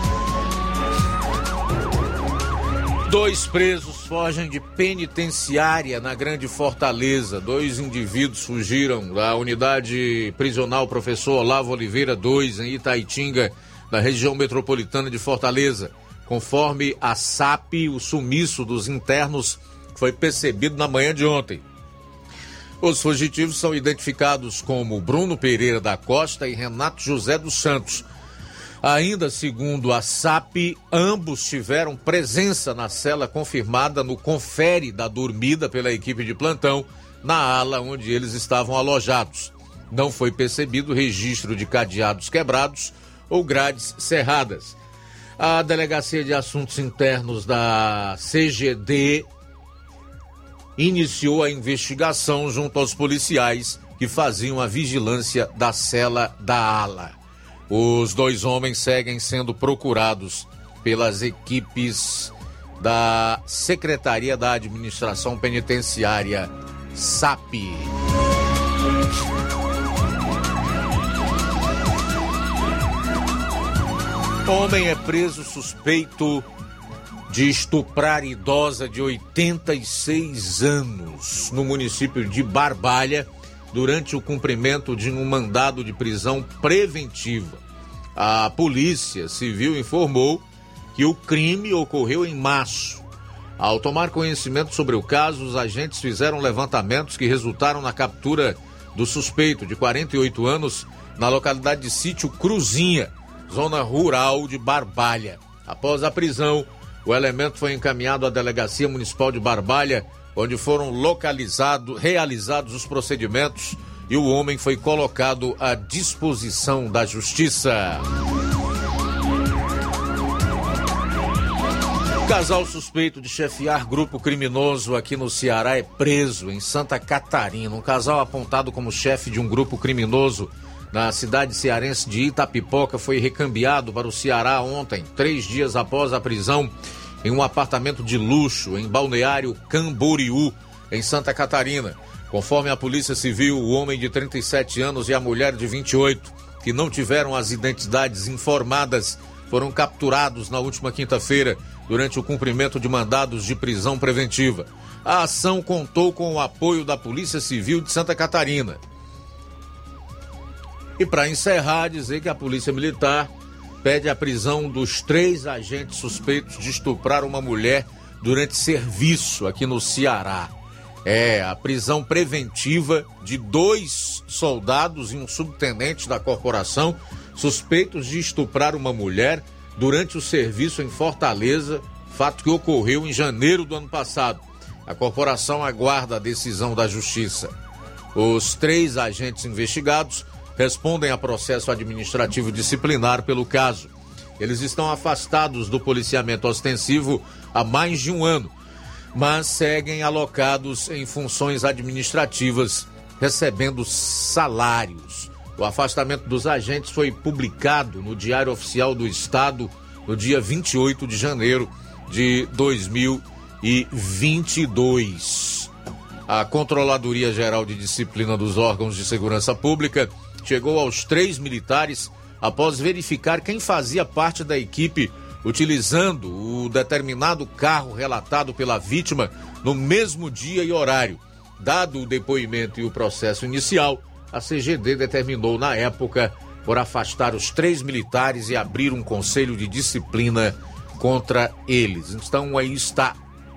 Dois presos fogem de penitenciária na Grande Fortaleza. Dois indivíduos fugiram da unidade prisional Professor Olavo Oliveira dois, em Itaitinga, na região metropolitana de Fortaleza. Conforme a S A P, o sumiço dos internos foi percebido na manhã de ontem. Os fugitivos são identificados como Bruno Pereira da Costa e Renato José dos Santos. Ainda segundo a S A P, ambos tiveram presença na cela confirmada no confere da dormida pela equipe de plantão na ala onde eles estavam alojados. Não foi percebido registro de cadeados quebrados ou grades cerradas. A Delegacia de Assuntos Internos da C G D iniciou a investigação junto aos policiais que faziam a vigilância da cela da ala. Os dois homens seguem sendo procurados pelas equipes da Secretaria da Administração Penitenciária, S A P. Homem é preso suspeito de estuprar idosa de oitenta e seis anos no município de Barbalha durante o cumprimento de um mandado de prisão preventiva. A Polícia Civil informou que o crime ocorreu em março. Ao tomar conhecimento sobre o caso, os agentes fizeram levantamentos que resultaram na captura do suspeito de quarenta e oito anos na localidade de Sítio Cruzinha, zona rural de Barbalha. Após a prisão, o elemento foi encaminhado à Delegacia Municipal de Barbalha, onde foram localizados, realizados os procedimentos e o homem foi colocado à disposição da Justiça. O casal suspeito de chefiar grupo criminoso aqui no Ceará é preso em Santa Catarina. Um casal apontado como chefe de um grupo criminoso na cidade cearense de Itapipoca foi recambiado para o Ceará ontem, três dias após a prisão em um apartamento de luxo em Balneário Camboriú, em Santa Catarina. Conforme a Polícia Civil, o homem de trinta e sete anos e a mulher de vinte e oito, que não tiveram as identidades informadas, foram capturados na última quinta-feira durante o cumprimento de mandados de prisão preventiva. A ação contou com o apoio da Polícia Civil de Santa Catarina. E para encerrar, dizer que a Polícia Militar pede a prisão dos três agentes suspeitos de estuprar uma mulher durante serviço aqui no Ceará. É, a prisão preventiva de dois soldados e um subtenente da corporação suspeitos de estuprar uma mulher durante o serviço em Fortaleza, fato que ocorreu em janeiro do ano passado. A corporação aguarda a decisão da Justiça. Os três agentes investigados respondem a processo administrativo disciplinar pelo caso. Eles estão afastados do policiamento ostensivo há mais de um ano, mas seguem alocados em funções administrativas, recebendo salários. O afastamento dos agentes foi publicado no Diário Oficial do Estado no dia vinte e oito de janeiro de dois mil e vinte e dois. A Controladoria Geral de Disciplina dos Órgãos de Segurança Pública chegou aos três militares após verificar quem fazia parte da equipe utilizando o determinado carro relatado pela vítima no mesmo dia e horário. Dado o depoimento e o processo inicial, a C G D determinou na época por afastar os três militares e abrir um conselho de disciplina contra eles. Então aí está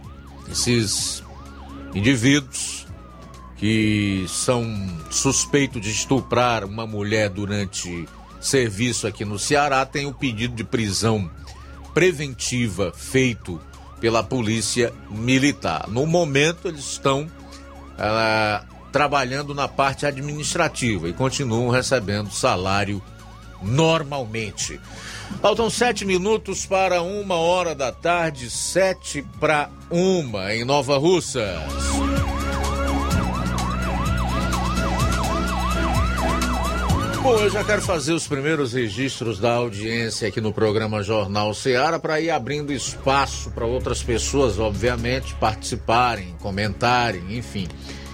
esses indivíduos que são suspeitos de estuprar uma mulher durante serviço aqui no Ceará, têm o pedido de prisão preventiva feito pela Polícia Militar. No momento, eles estão ah, trabalhando na parte administrativa e continuam recebendo salário normalmente. Faltam sete minutos para uma hora da tarde, sete para uma em Nova Russas. Bom, eu já quero fazer os primeiros registros da audiência aqui no programa Jornal Ceará para ir abrindo espaço para outras pessoas, obviamente, participarem, comentarem, enfim,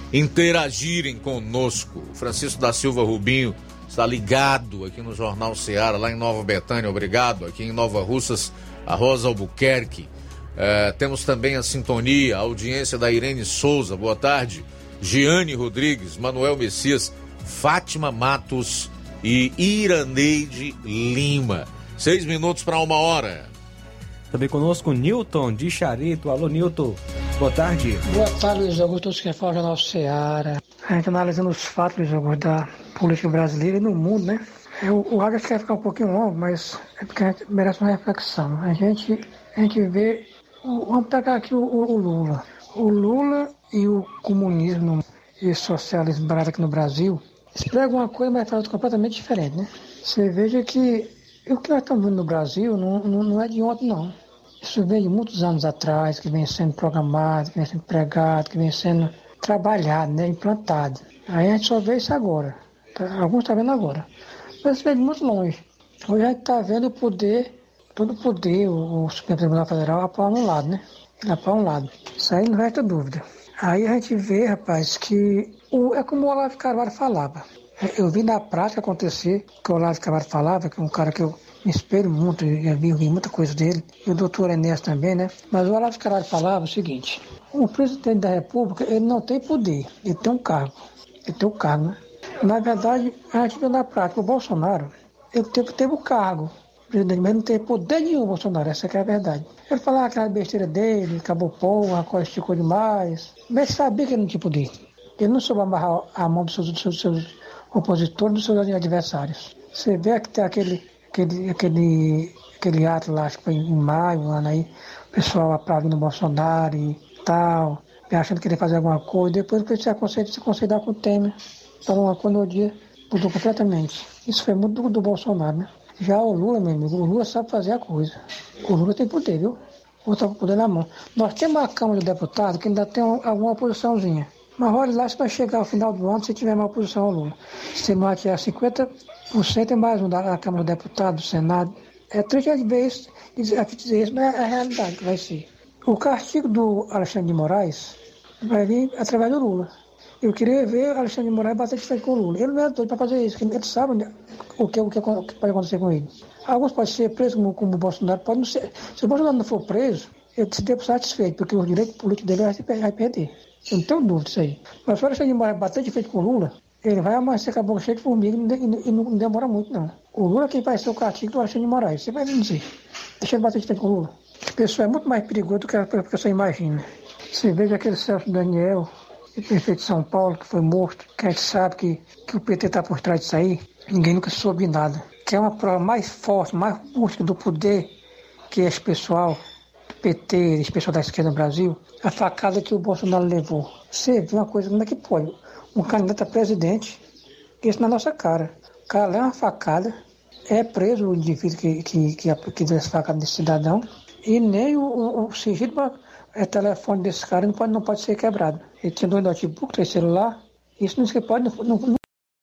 interagirem conosco. Francisco da Silva Rubinho está ligado aqui no Jornal Ceará, lá em Nova Betânia, obrigado. Aqui em Nova Russas, a Rosa Albuquerque. É, temos também a sintonia, a audiência da Irene Souza, boa tarde. Giane Rodrigues, Manuel Messias, Fátima Matos e Iraneide Lima. Seis minutos para uma hora. Também conosco Nilton de Charito. Alô, Nilton. Boa tarde. Boa tarde, Luiz Augusto. Todos que falam Jornal Ceará. A gente analisando os fatos, Luiz Augusto, da política brasileira e no mundo, né? Eu, o rádio quer ficar um pouquinho longo, mas é porque a gente merece uma reflexão. A gente, a gente vê... O, vamos pegar aqui o, o, o Lula. O Lula e o comunismo e o socialismo barato aqui no Brasil, eles pregam uma coisa, mas fazem completamente diferente, né? Você veja que o que nós estamos vendo no Brasil não, não, não é de ontem, não. Isso vem de muitos anos atrás, que vem sendo programado, que vem sendo pregado, que vem sendo trabalhado, né? Implantado. Aí a gente só vê isso agora. Tá? Alguns estão vendo agora. Mas isso vem de muito longe. Hoje a gente está vendo o poder, todo o poder, o, o Supremo Tribunal Federal apoia um lado, né? Ele apoia um lado. Isso aí não resta dúvida. Aí a gente vê, rapaz, que o, é como o Olavo de Carvalho falava. Eu vi na prática acontecer o que o Olavo de Carvalho falava, que é um cara que eu me espelho muito, eu vi, eu vi muita coisa dele, e o doutor Enéas também, né? Mas o Olavo de Carvalho falava o seguinte: o presidente da República, ele não tem poder, ele tem um cargo. Ele tem um cargo, né? Na verdade, a gente viu na prática, o Bolsonaro, ele teve, teve o cargo. O presidente, mas não tem poder nenhum, o Bolsonaro, essa que é a verdade. Ele falava aquela besteira dele, acabou porra, a coisa esticou demais, mas sabia que ele não tinha poder. Ele não soube amarrar a mão dos seus, dos seus, dos seus opositores, dos seus adversários. Você vê que tem aquele, aquele, aquele, aquele ato lá, acho que foi em maio, lá aí, o pessoal aplaudindo o Bolsonaro e tal, achando que ele ia fazer alguma coisa, depois ele se aconselhar, se aconselhar com o Temer, falou uma coisa no dia, mudou completamente. Isso foi muito do, do Bolsonaro, né? Já o Lula, meu amigo, o Lula sabe fazer a coisa. O Lula tem poder, viu? O Lula tá com o poder na mão. Nós temos uma Câmara de Deputados que ainda tem alguma oposiçãozinha. Mas olha lá, se vai chegar ao final do ano, se tiver uma oposição ao Lula. Se não tiver cinquenta por cento é mais um da Câmara de Deputados, do Senado. É triste de ver isso, aqui dizer isso, mas é a realidade que vai ser. O castigo do Alexandre de Moraes vai vir através do Lula. Eu queria ver o Alexandre de Moraes bater de frente com o Lula. Ele não é doido para fazer isso, porque ele sabe o que, o, que, o que pode acontecer com ele. Alguns podem ser presos, como, como o Bolsonaro, pode não ser. Se o Bolsonaro não for preso, ele se deu satisfeito, porque o direito político dele vai, vai perder. Eu não tenho dúvida disso aí. Mas se o Alexandre de Moraes bater de frente com o Lula, ele vai amanhecer com a boca cheia de formiga e não, e não demora muito, não. O Lula é quem vai ser o castigo do Alexandre de Moraes. Você vai me dizer. Deixa ele bater de frente com o Lula. A pessoa é muito mais perigosa do que a pessoa imagina. Você veja aquele Celso Daniel, o prefeito de São Paulo, que foi morto, que a gente sabe que, que o P T está por trás disso aí, ninguém nunca soube nada. Que é uma prova mais forte, mais robusta do poder que esse pessoal do P T, esse pessoal da esquerda no Brasil, a facada que o Bolsonaro levou. Você vê uma coisa, como é que pode? Um candidato a presidente, isso na nossa cara. O cara leva uma facada, é preso o indivíduo que, que, que, que deu essa facada desse cidadão, e nem o, o, o sigilo é telefone desse cara não pode, não pode ser quebrado. Ele tinha dois notebooks, três celular, isso não se pode. Não, não, não.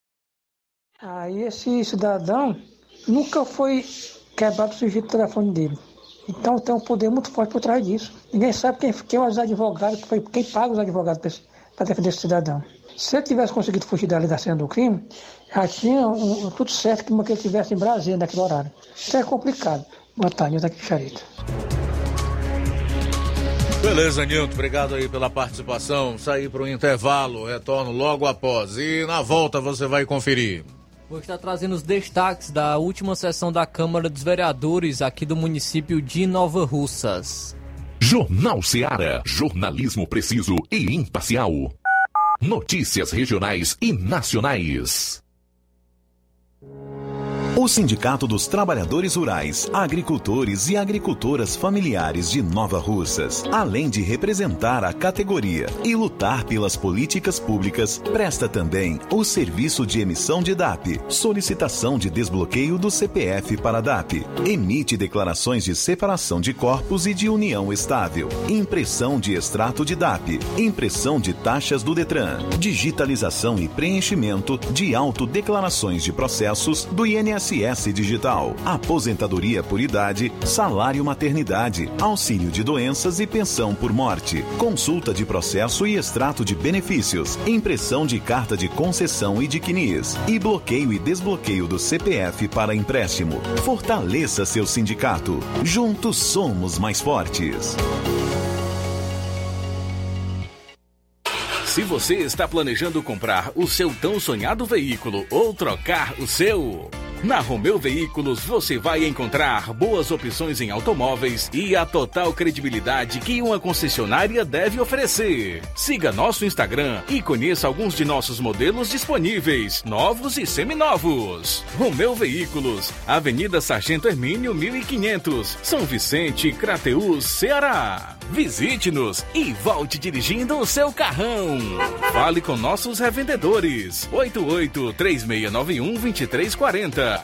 Aí esse cidadão nunca foi quebrado o sigilo do telefone dele. Então tem um poder muito forte por trás disso. Ninguém sabe quem, quem é os advogados, quem, quem paga os advogados para defender esse cidadão. Se ele tivesse conseguido fugir da da cena do crime, já tinha um, um, tudo certo que ele estivesse em Brasília naquele horário. Isso é complicado. Boa tarde, eu estou aqui de Charito. Beleza, Nilton, obrigado aí pela participação. Saí para o intervalo, retorno logo após. E na volta você vai conferir. Vou estar trazendo os destaques da última sessão da Câmara dos Vereadores aqui do município de Nova Russas. Jornal Ceará, jornalismo preciso e imparcial. Notícias regionais e nacionais. O Sindicato dos Trabalhadores Rurais, Agricultores e Agricultoras Familiares de Nova Russas, além de representar a categoria e lutar pelas políticas públicas, presta também o serviço de emissão de D A P, solicitação de desbloqueio do C P F para D A P, emite declarações de separação de corpos e de união estável, impressão de extrato de D A P, impressão de taxas do Detran, digitalização e preenchimento de autodeclarações de processos do I N S S Digital, aposentadoria por idade, salário maternidade, auxílio de doenças e pensão por morte, consulta de processo e extrato de benefícios, impressão de carta de concessão e de C N I S, e bloqueio e desbloqueio do C P F para empréstimo. Fortaleça seu sindicato. Juntos somos mais fortes. Se você está planejando comprar o seu tão sonhado veículo ou trocar o seu, na Romeu Veículos você vai encontrar boas opções em automóveis e a total credibilidade que uma concessionária deve oferecer. Siga nosso Instagram e conheça alguns de nossos modelos disponíveis, novos e seminovos. Romeu Veículos, Avenida Sargento Hermínio mil e quinhentos, São Vicente, Crateús, Ceará. Visite-nos e volte dirigindo o seu carrão. Fale com nossos revendedores. oito oito, três seis nove um, dois três quatro zero.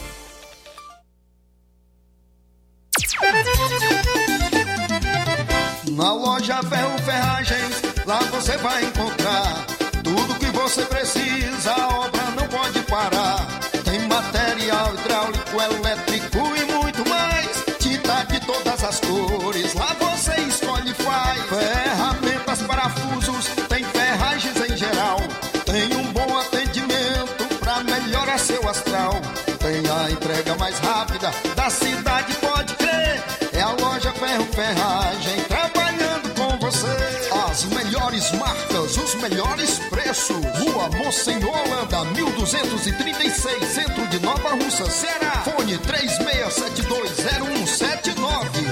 Na loja Ferro Ferragens, lá você vai encontrar tudo que você precisa, a obra não pode parar. Tem material hidráulico, elétrico e muito mais, tinta de todas as cores, lá você escolhe e faz. Ferramentas, parafusos, tem ferragens em geral, tem um bom atendimento pra melhorar seu astral. Tem a entrega mais rápida da cidade, pode crer, é a loja Ferro Ferragem trabalhando com você. As melhores marcas, os melhores preços. Rua Monsenhor Holanda, mil duzentos e trinta e seis, centro de Nova Russa, Ceará. Fone três seis sete dois zero um sete nove.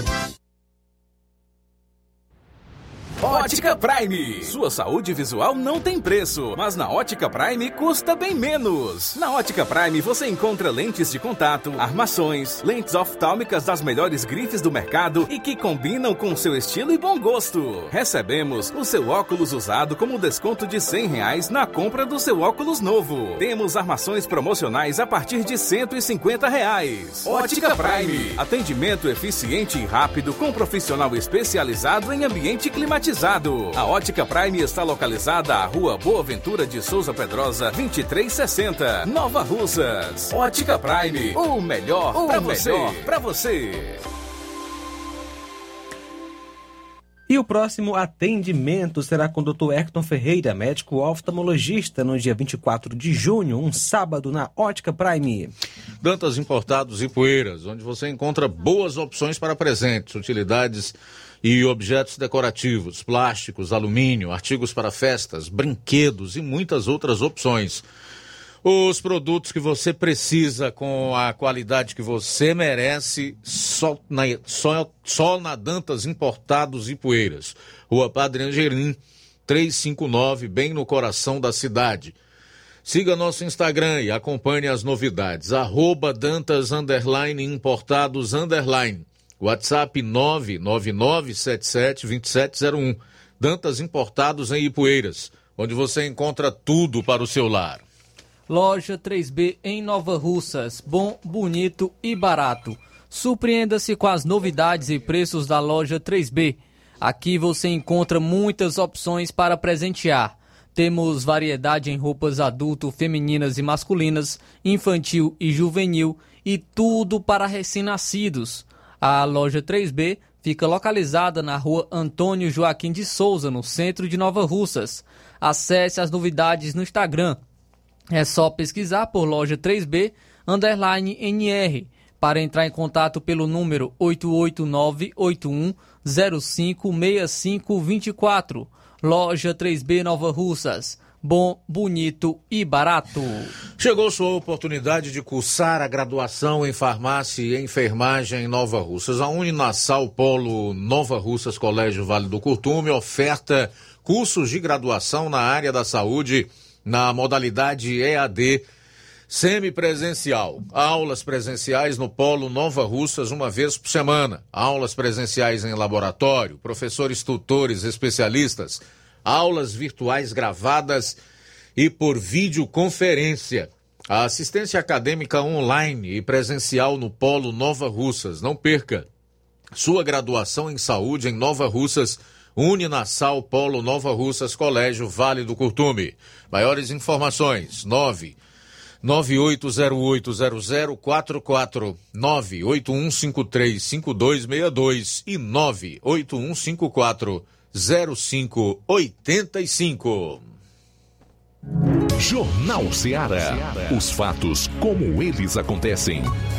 Ótica Prime. Sua saúde visual não tem preço, mas na Ótica Prime custa bem menos. Na Ótica Prime você encontra lentes de contato, armações, lentes oftálmicas das melhores grifes do mercado e que combinam com seu estilo e bom gosto. Recebemos o seu óculos usado como desconto de cem reais na compra do seu óculos novo. Temos armações promocionais a partir de cento e cinquenta reais. Ótica Prime. Atendimento eficiente e rápido com profissional especializado em ambiente climatizado. A Ótica Prime está localizada à Rua Boa Ventura de Souza Pedrosa, vinte e três sessenta, Nova Russas. Ótica Prime, o melhor para você. Pra você. E o próximo atendimento será com o doutor Hector Ferreira, médico oftalmologista, no dia vinte e quatro de junho, um sábado, na Ótica Prime. Dantas Importados e Poeiras, onde você encontra boas opções para presentes, utilidades e objetos decorativos, plásticos, alumínio, artigos para festas, brinquedos e muitas outras opções. Os produtos que você precisa com a qualidade que você merece, só na, só, só na Dantas Importados e Poeiras. Rua Padre Angelim, trezentos e cinquenta e nove, bem no coração da cidade. Siga nosso Instagram e acompanhe as novidades. Arroba Dantas underline Importados underline. WhatsApp nove nove nove sete sete dois sete zero um. Dantas Importados em Ipueiras, onde você encontra tudo para o seu lar. Loja três B em Nova Russas, bom, bonito e barato. Surpreenda-se com as novidades e preços da Loja três B. Aqui você encontra muitas opções para presentear. Temos variedade em roupas adulto, femininas e masculinas, infantil e juvenil e tudo para recém-nascidos. A Loja três B fica localizada na Rua Antônio Joaquim de Souza, no centro de Nova Russas. Acesse as novidades no Instagram. É só pesquisar por Loja três B, underline N R, para entrar em contato pelo número oito oito nove oito um zero cinco seis cinco dois quatro. Loja três B Nova Russas. Bom, bonito e barato. Chegou sua oportunidade de cursar a graduação em farmácia e enfermagem em Nova Russas. A Uninasal Polo Nova Russas Colégio Vale do Curtume oferta cursos de graduação na área da saúde na modalidade E A D Semipresencial. Aulas presenciais no Polo Nova Russas uma vez por semana. Aulas presenciais em laboratório, professores, tutores, especialistas. Aulas virtuais gravadas e por videoconferência. A assistência acadêmica online e presencial no Polo Nova Russas. Não perca. Sua graduação em saúde em Nova Russas, Uninasal Polo Nova Russas, Colégio Vale do Curtume. Maiores informações, nove nove oito zero oito zero zero quatro quatro, nove oito um cinco três cinco dois seis dois e nove oito um cinco quatro zero cinco oito cinco. Jornal Ceará. Os fatos como eles acontecem.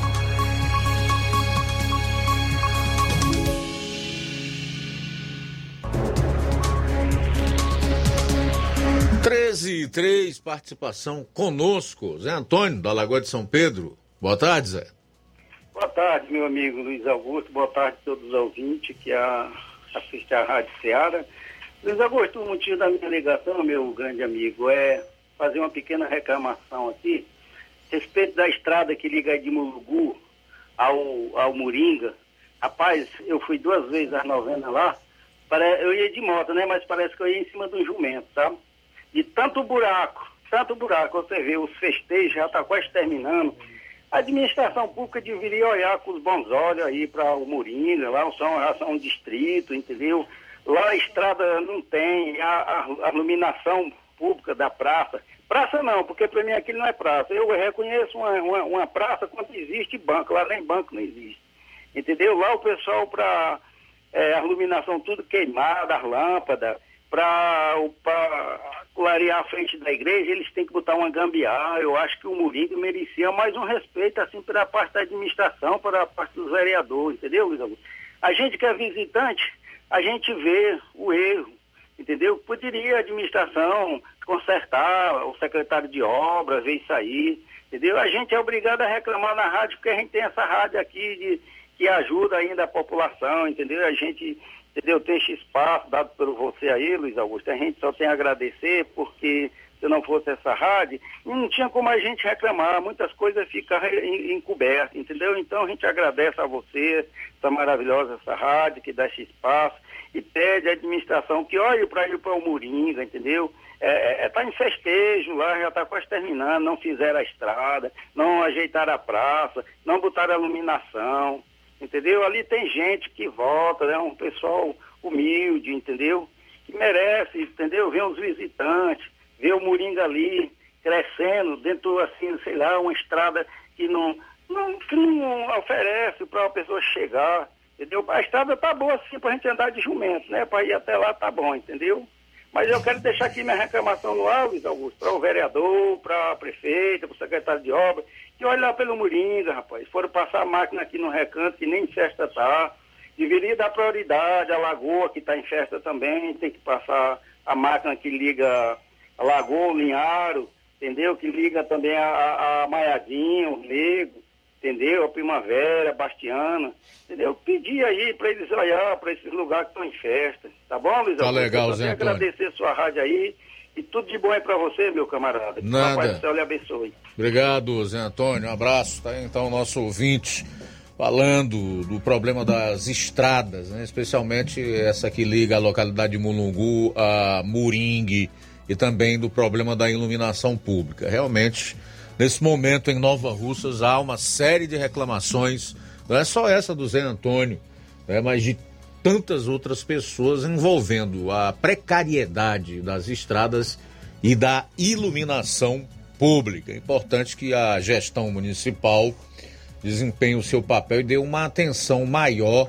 treze e três, participação conosco. Zé Antônio, da Lagoa de São Pedro. Boa tarde, Zé. Boa tarde, meu amigo Luiz Augusto. Boa tarde a todos os ouvintes que a, assistem à Rádio Ceará. Luiz Augusto, o motivo da minha ligação, meu grande amigo, é fazer uma pequena reclamação aqui a respeito da estrada que liga de Mulugu ao, ao Moringa. Rapaz, eu fui duas vezes às novenas lá. Eu ia de moto, né? Mas parece que eu ia em cima do jumento, tá? De tanto buraco, tanto buraco, você vê, os festejos já está quase terminando. A administração pública deveria olhar com os bons olhos aí para o Moringa, lá são, já são um distrito, entendeu? Lá a estrada não tem, a, a, a iluminação pública da praça. Praça não, porque para mim aquilo não é praça. Eu reconheço uma, uma, uma praça quando existe banco, lá nem banco não existe. Entendeu? Lá o pessoal para é, a iluminação tudo queimada, as lâmpadas, para clarear a frente da igreja, eles têm que botar uma gambiarra. Eu acho que o Moringa merecia mais um respeito, assim, pela parte da administração, para a parte dos vereadores, entendeu, Luiz Augusto? A gente que é visitante, a gente vê o erro, entendeu? Poderia a administração consertar, o secretário de obras, ver isso aí, entendeu? A gente é obrigado a reclamar na rádio, porque a gente tem essa rádio aqui de, que ajuda ainda a população, entendeu? A gente... Entendeu? Tem esse espaço dado por você aí, Luiz Augusto. A gente só tem a agradecer, porque se não fosse essa rádio, não tinha como a gente reclamar. Muitas coisas ficaram encobertas, entendeu? Então a gente agradece a você, essa maravilhosa essa rádio, que dá esse espaço, e pede à administração que olhe para ir para o Moringa, entendeu? É, é, tá em festejo lá, já está quase terminando, não fizeram a estrada, não ajeitaram a praça, não botaram a iluminação. Entendeu? Ali tem gente que volta, né? Um pessoal humilde, entendeu? Que merece, entendeu? Ver os visitantes, ver o Moringa ali crescendo dentro, assim, sei lá, uma estrada que não, não, que não oferece para a pessoa chegar, entendeu? A estrada tá boa assim para a gente andar de jumento, né? Para ir até lá tá bom, entendeu? Mas eu quero deixar aqui minha reclamação no ar, Luiz Augusto, para o vereador, para a prefeita, para o secretário de obras, que olha lá pelo Moringa, rapaz. Foram passar a máquina aqui no recanto, que nem em festa tá. Deveria dar prioridade à lagoa, que está em festa também. Tem que passar a máquina que liga a Lagoa, o Linharo, entendeu? Que liga também a, a, a Maiadinha, o Nego, entendeu? A Primavera, a Bastiana, entendeu? Pedir aí para eles olhar para esses lugares que estão em festa. Tá bom, Luiz? Tá legal, Zé Antônio. Agradecer sua rádio aí. E tudo de bom aí pra você, meu camarada. Que Nada. o Papai do Céu lhe abençoe. Obrigado, Zé Antônio. Um abraço. Tá aí, então, o nosso ouvinte falando do problema das estradas, né? Especialmente essa que liga a localidade de Mulungu a Moringue, e também do problema da iluminação pública. Realmente, nesse momento em Nova Russas há uma série de reclamações, não é só essa do Zé Antônio, né? Mas de tantas outras pessoas envolvendo a precariedade das estradas e da iluminação pública. É importante que a gestão municipal desempenhe o seu papel e dê uma atenção maior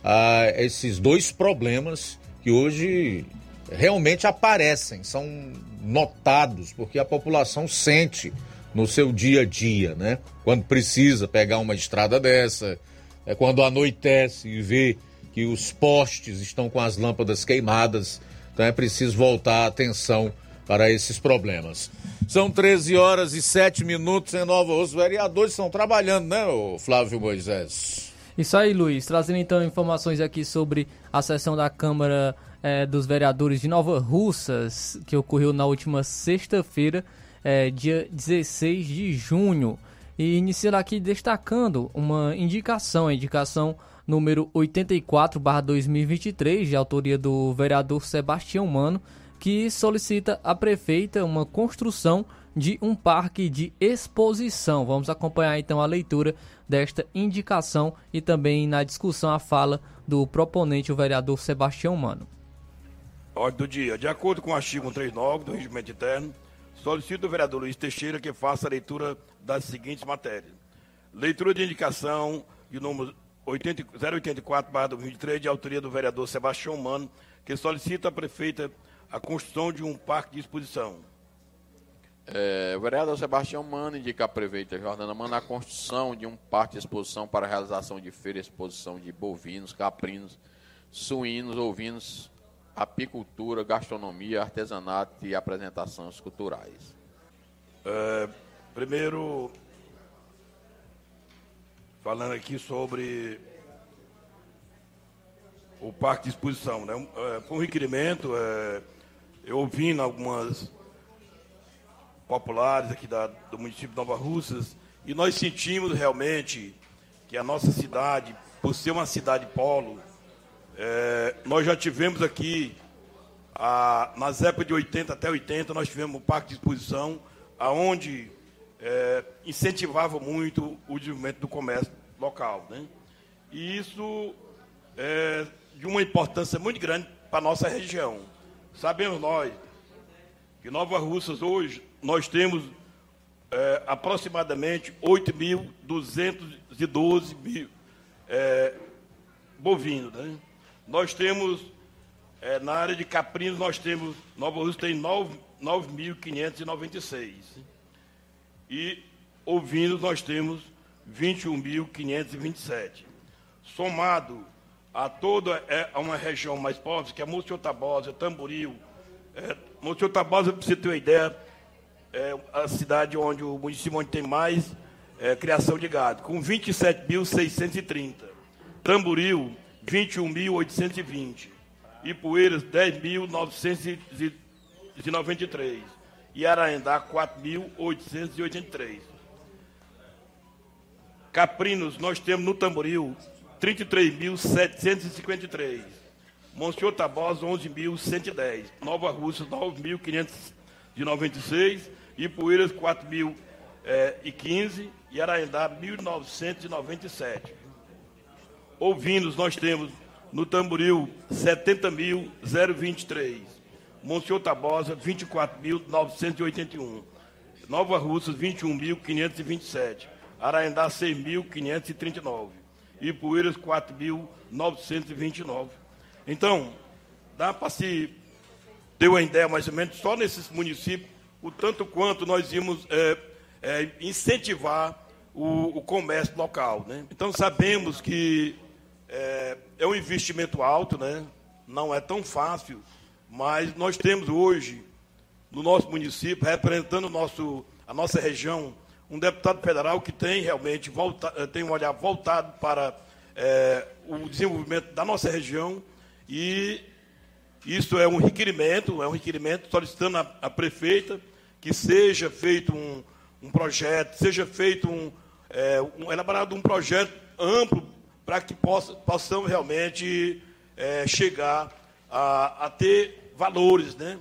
a esses dois problemas que hoje realmente aparecem, são notados, porque a população sente no seu dia a dia, né? Quando precisa pegar uma estrada dessa, é quando anoitece e vê que os postes estão com as lâmpadas queimadas, então é preciso voltar a atenção para esses problemas. São treze horas e sete minutos em Nova Russa. Os vereadores estão trabalhando, né, Flávio Moisés? Isso aí, Luiz. Trazendo então informações aqui sobre a sessão da Câmara eh, dos Vereadores de Nova Russas, que ocorreu na última sexta-feira. é, dia dezesseis de junho. E iniciando aqui destacando uma indicação, a indicação número oitenta e quatro barra dois mil e vinte e três, de autoria do vereador Sebastião Mano, que solicita à prefeita uma construção de um parque de exposição. Vamos acompanhar então a leitura desta indicação e também na discussão a fala do proponente, o vereador Sebastião Mano. Ordem do dia. De acordo com o artigo cento e trinta e nove do Regimento Interno, solicito ao vereador Luiz Teixeira que faça a leitura das seguintes matérias. Leitura de indicação de número zero oitenta e quatro barra dois mil e vinte e três, de autoria do vereador Sebastião Mano, que solicita à prefeita a construção de um parque de exposição. É, o vereador Sebastião Mano indica à prefeita Jordana Mano a construção de um parque de exposição para a realização de feira e exposição de bovinos, caprinos, suínos, ovinos, apicultura, gastronomia, artesanato e apresentações culturais. É, primeiro, falando aqui sobre o parque de exposição, né? É, foi um requerimento, é, eu ouvi em algumas populares aqui da, do município de Nova Russas, e nós sentimos realmente que a nossa cidade, por ser uma cidade polo, é, nós já tivemos aqui, a, nas épocas de oitenta até oitenta, nós tivemos um parque de exposição, onde é, incentivava muito o desenvolvimento do comércio local, né? E isso é de uma importância muito grande para a nossa região. Sabemos nós que Nova Russas hoje nós temos é, aproximadamente oito mil duzentos e doze mil é, bovinos, né? Nós temos, é, na área de caprinos, nós temos, Nova Russas tem nove mil quinhentos e noventa e seis. E ovinos nós temos vinte e um mil quinhentos e vinte e sete. Somado a toda é, a uma região mais pobre, que é Monsenhor Tabosa, Tamboril. É, Monsenhor Tabosa, para você ter uma ideia, é a cidade onde o município onde tem mais é, criação de gado, com vinte e sete mil seiscentos e trinta. Tamboril, vinte e um mil oitocentos e vinte. Ipueiras, dez mil novecentos e noventa e três. E Araendá, quatro mil oitocentos e oitenta e três. Caprinos, nós temos no Tamboril trinta e três mil setecentos e cinquenta e três. Monsenhor Tabosa, onze mil cento e dez. Nova Russa, nove mil quinhentos e noventa e seis. Ipueiras, quatro mil e quinze. E Araendá, mil novecentos e noventa e sete. Ovinos, nós temos no Tamboril setenta mil vinte e três. Monsenhor Tabosa, vinte e quatro mil novecentos e oitenta e um. Nova Russas, vinte e um mil quinhentos e vinte e sete. Araendá, seis mil quinhentos e trinta e nove. Ipueiras, quatro mil novecentos e vinte e nove. Então, dá para se ter uma ideia, mais ou menos, só nesses municípios, o tanto quanto nós íamos é, é, incentivar o, o comércio local, né? Então, sabemos que é, é um investimento alto, né? Não é tão fácil, mas nós temos hoje, no nosso município, representando o nosso, a nossa região, um deputado federal que tem realmente volta, tem um olhar voltado para é, o desenvolvimento da nossa região, e isso é um requerimento, é um requerimento solicitando à, à prefeita que seja feito um, um projeto, seja feito um, é, um elaborado um projeto amplo para que possa, possamos realmente é, chegar a, a ter valores, né?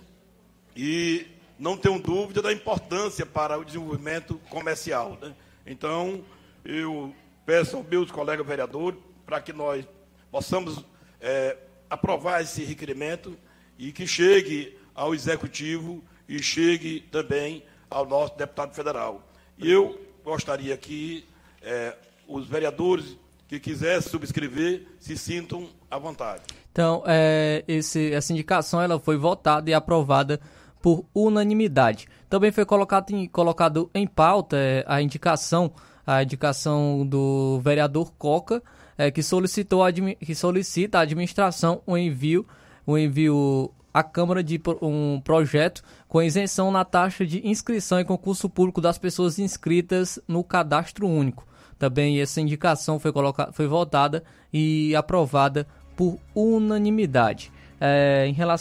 E não tenho dúvida da importância para o desenvolvimento comercial, né? Então, eu peço aos meus colegas vereadores para que nós possamos é, aprovar esse requerimento e que chegue ao Executivo e chegue também ao nosso deputado federal. E eu gostaria que é, os vereadores que quisessem subscrever se sintam à vontade. Então, é, esse, essa indicação ela foi votada e aprovada por unanimidade. Também foi colocado em, colocado em pauta é, a indicação, a indicação do vereador Coca, é, que, solicitou, que solicita à administração o envio, o envio à Câmara de um projeto com isenção na taxa de inscrição em concurso público das pessoas inscritas no Cadastro Único. Também essa indicação foi, colocada, foi votada e aprovada por unanimidade. É, em relação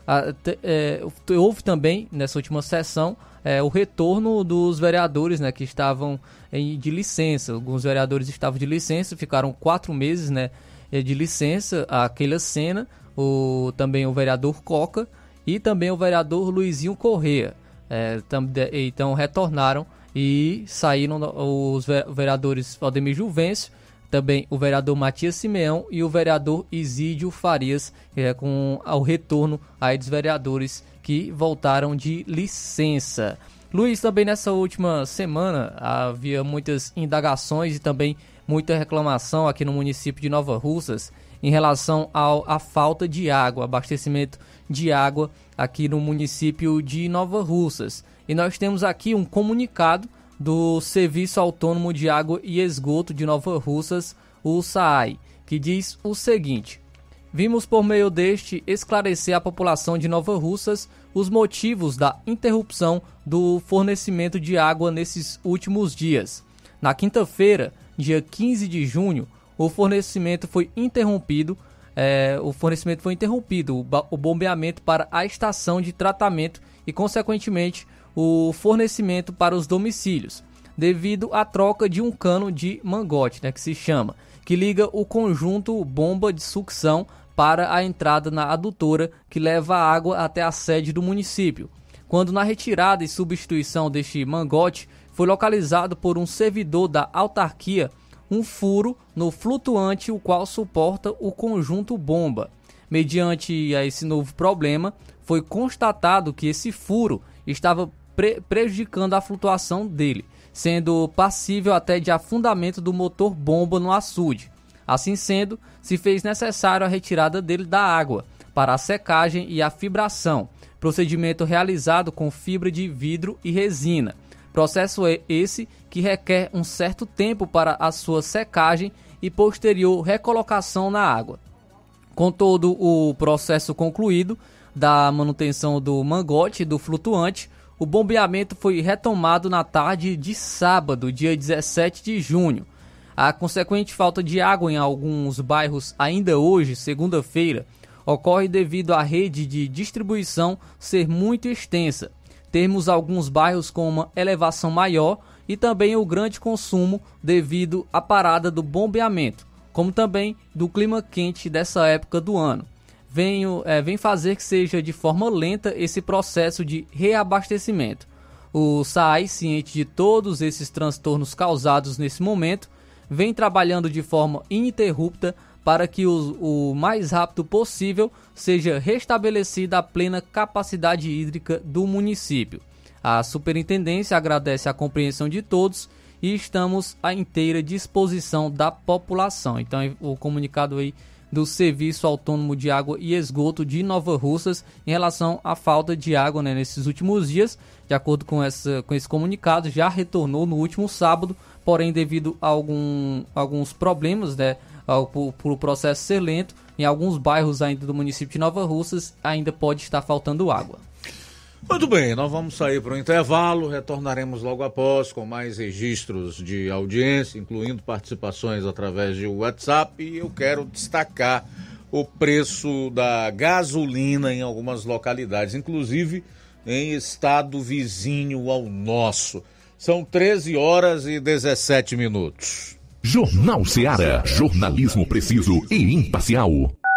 a, te, é, houve também, nessa última sessão, é, o retorno dos vereadores, né, que estavam em, de licença. Alguns vereadores estavam de licença, ficaram quatro meses, né, de licença, a Keila Sena, o, também o vereador Coca e também o vereador Luizinho Corrêa. É, tam, de, então retornaram e saíram os vereadores Valdemir Juvencio, também o vereador Matias Simeão e o vereador Isídio Farias, é, com o retorno aí dos vereadores que voltaram de licença. Luiz, também nessa última semana havia muitas indagações e também muita reclamação aqui no município de Nova Russas em relação ao, à falta de água, abastecimento de água aqui no município de Nova Russas. E nós temos aqui um comunicado do Serviço Autônomo de Água e Esgoto de Nova Russas, o S A I, que diz o seguinte: vimos por meio deste esclarecer à população de Nova Russas os motivos da interrupção do fornecimento de água nesses últimos dias. Na quinta-feira, dia quinze de junho, o fornecimento foi interrompido, é, o fornecimento foi interrompido, o, o bombeamento para a estação de tratamento e, consequentemente, o fornecimento para os domicílios, devido à troca de um cano de mangote, né, que se chama, que liga o conjunto bomba de sucção para a entrada na adutora que leva a água até a sede do município. Quando na retirada e substituição deste mangote, foi localizado por um servidor da autarquia um furo no flutuante o qual suporta o conjunto bomba. Mediante esse novo problema, foi constatado que esse furo estava pre- prejudicando a flutuação dele, sendo passível até de afundamento do motor bomba no açude. Assim sendo, se fez necessário a retirada dele da água para a secagem e a fibração, procedimento realizado com fibra de vidro e resina. Processo esse que requer um certo tempo para a sua secagem e posterior recolocação na água. Com todo o processo concluído da manutenção do mangote e do flutuante, o bombeamento foi retomado na tarde de sábado, dia dezessete de junho. A consequente falta de água em alguns bairros ainda hoje, segunda-feira, ocorre devido à rede de distribuição ser muito extensa. Temos alguns bairros com uma elevação maior e também o grande consumo devido à parada do bombeamento, como também do clima quente dessa época do ano. Venho, é, vem fazer que seja de forma lenta esse processo de reabastecimento. O S A I, ciente de todos esses transtornos causados nesse momento, vem trabalhando de forma ininterrupta para que o, o mais rápido possível seja restabelecida a plena capacidade hídrica do município. A superintendência agradece a compreensão de todos e estamos à inteira disposição da população. Então, o comunicado aí do Serviço Autônomo de Água e Esgoto de Nova Russas em relação à falta de água, né, nesses últimos dias. De acordo com, essa, com esse comunicado, já retornou no último sábado, porém devido a algum, alguns problemas, né, por, por o processo ser lento, em alguns bairros ainda do município de Nova Russas ainda pode estar faltando água. Muito bem, nós vamos sair para o intervalo, retornaremos logo após com mais registros de audiência, incluindo participações através de WhatsApp, e eu quero destacar o preço da gasolina em algumas localidades, inclusive em estado vizinho ao nosso. São treze horas e dezessete minutos. Jornal Ceará, jornalismo preciso e imparcial.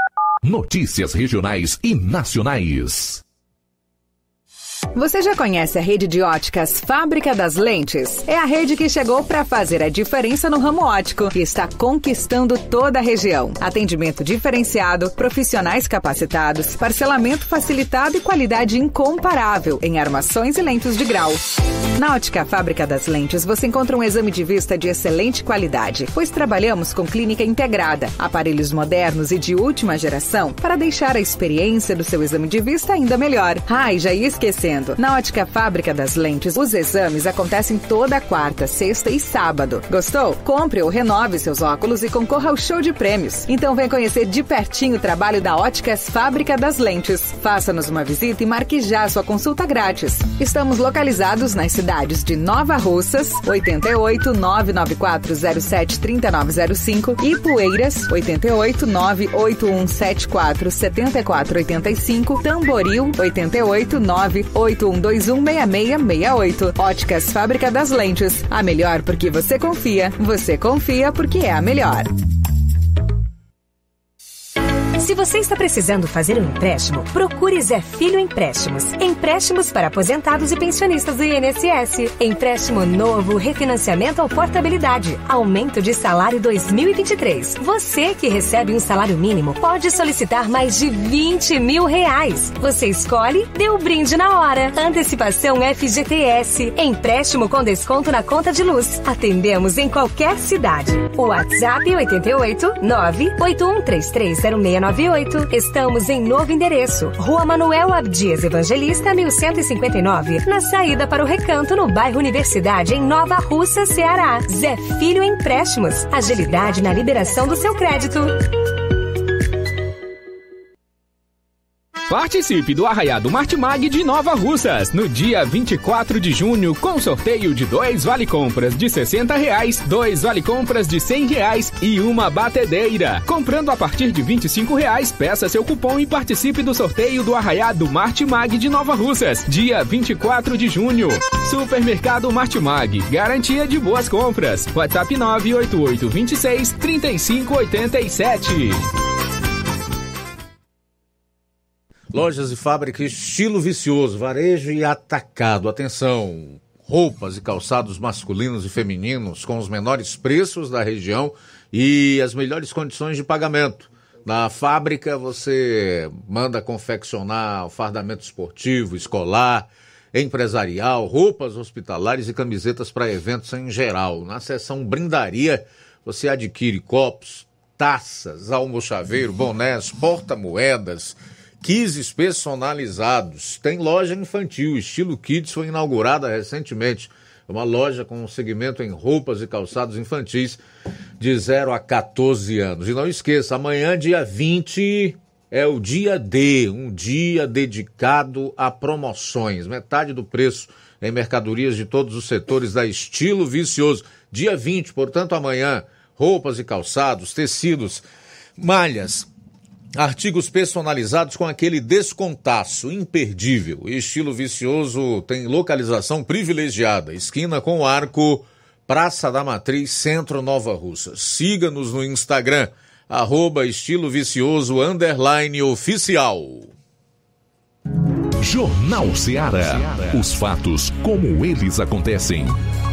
Notícias regionais e nacionais. Você já conhece a rede de óticas Fábrica das Lentes? É a rede que chegou para fazer a diferença no ramo óptico e está conquistando toda a região. Atendimento diferenciado, profissionais capacitados, parcelamento facilitado e qualidade incomparável em armações e lentes de grau. Na Ótica Fábrica das Lentes você encontra um exame de vista de excelente qualidade, pois trabalhamos com clínica integrada, aparelhos modernos e de última geração para deixar a experiência do seu exame de vista ainda melhor. Ah, e já ia esquecendo. Na Ótica Fábrica das Lentes, os exames acontecem toda quarta, sexta e sábado. Gostou? Compre ou renove seus óculos e concorra ao show de prêmios. Então vem conhecer de pertinho o trabalho da Óticas Fábrica das Lentes. Faça-nos uma visita e marque já sua consulta grátis. Estamos localizados nas cidades cidades de Nova Russas, oito oito nove nove quatro zero sete três nove zero cinco, Ipueiras, oito oito nove oito um sete quatro sete quatro oito cinco, Tamboril, oito oito nove oito um dois um seis seis seis oito. Óticas Fábrica das Lentes, a melhor porque você confia, você confia porque é a melhor. Se você está precisando fazer um empréstimo, procure Zé Filho Empréstimos. Empréstimos para aposentados e pensionistas do I N S S. Empréstimo novo, refinanciamento ou portabilidade. Aumento de salário dois mil e vinte e três. Você que recebe um salário mínimo pode solicitar mais de vinte mil reais. Você escolhe, dê o brinde na hora. Antecipação F G T S. Empréstimo com desconto na conta de luz. Atendemos em qualquer cidade. O WhatsApp oito oito nove oito um três três zero seis nove oito. Estamos em novo endereço, Rua Manuel Abdias Evangelista, mil cento e cinquenta e nove, na saída para o Recanto, no bairro Universidade, em Nova Russa, Ceará. Zé Filho Empréstimos, agilidade na liberação do seu crédito. Participe do Arraiado Martimag de Nova Russas, no dia vinte e quatro de junho, com sorteio de dois vale-compras de sessenta reais, dois vale-compras de cem reais e uma batedeira. Comprando a partir de vinte e cinco reais, peça seu cupom e participe do sorteio do Arraiado Martimag de Nova Russas, dia vinte e quatro de junho. Supermercado Martimag, garantia de boas compras. WhatsApp nove oito oito dois seis três cinco oito sete. Lojas e fábricas estilo vicioso, varejo e atacado. Atenção, roupas e calçados masculinos e femininos com os menores preços da região e as melhores condições de pagamento. Na fábrica você manda confeccionar o fardamento esportivo, escolar, empresarial, roupas hospitalares e camisetas para eventos em geral. Na seção brindaria você adquire copos, taças, almochaveiro, bonés, porta-moedas, quizzes personalizados. Tem loja infantil, estilo Kids, foi inaugurada recentemente. Uma loja com um segmento em roupas e calçados infantis de zero a quatorze anos. E não esqueça, amanhã, dia vinte, é o dia D, um dia dedicado a promoções. Metade do preço em mercadorias de todos os setores da Estilo Vicioso. Dia vinte, portanto, amanhã, roupas e calçados, tecidos, malhas, artigos personalizados com aquele descontaço imperdível. Estilo Vicioso tem localização privilegiada, esquina com o Arco, Praça da Matriz, Centro Nova Russa. Siga-nos no Instagram, arroba Estilo Vicioso, underline oficial. Jornal Ceará. Os fatos como eles acontecem.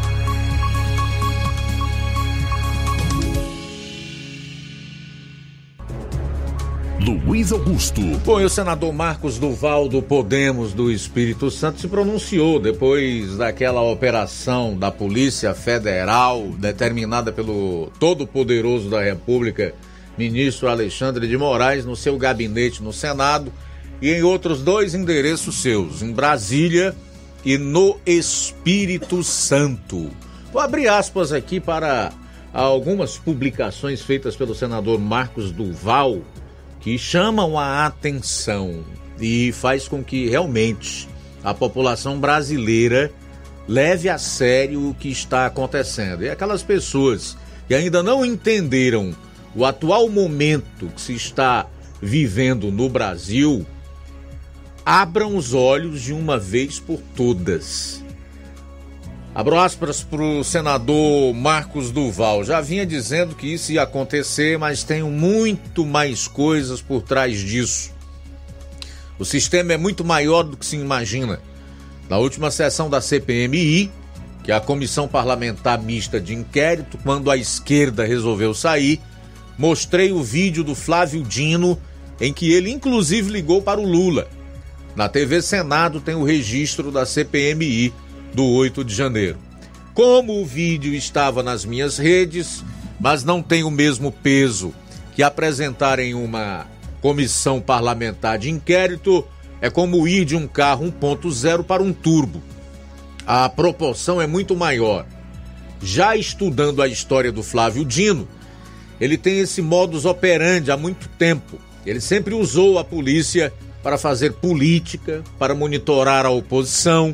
Luiz Augusto. Bom, e o senador Marcos Duval, do Podemos do Espírito Santo, se pronunciou depois daquela operação da Polícia Federal, determinada pelo Todo-Poderoso da República, ministro Alexandre de Moraes, no seu gabinete no Senado e em outros dois endereços seus, em Brasília e no Espírito Santo. Vou abrir aspas aqui para algumas publicações feitas pelo senador Marcos Duval, que chamam a atenção e faz com que realmente a população brasileira leve a sério o que está acontecendo. E aquelas pessoas que ainda não entenderam o atual momento que se está vivendo no Brasil, abram os olhos de uma vez por todas. Abro aspas para o senador Marcos Duval. Já vinha dizendo que isso ia acontecer, mas tem muito mais coisas por trás disso. O sistema é muito maior do que se imagina. Na última sessão da C P M I, que é a Comissão Parlamentar Mista de Inquérito, quando a esquerda resolveu sair, mostrei o vídeo do Flávio Dino, em que ele inclusive ligou para o Lula. Na T V Senado tem o registro da C P M I do oito de janeiro. Como o vídeo estava nas minhas redes, mas não tem o mesmo peso que apresentar em uma comissão parlamentar de inquérito, é como ir de um carro um ponto zero para um turbo. A proporção é muito maior. Já estudando a história do Flávio Dino, ele tem esse modus operandi há muito tempo. Ele sempre usou a polícia para fazer política, para monitorar a oposição,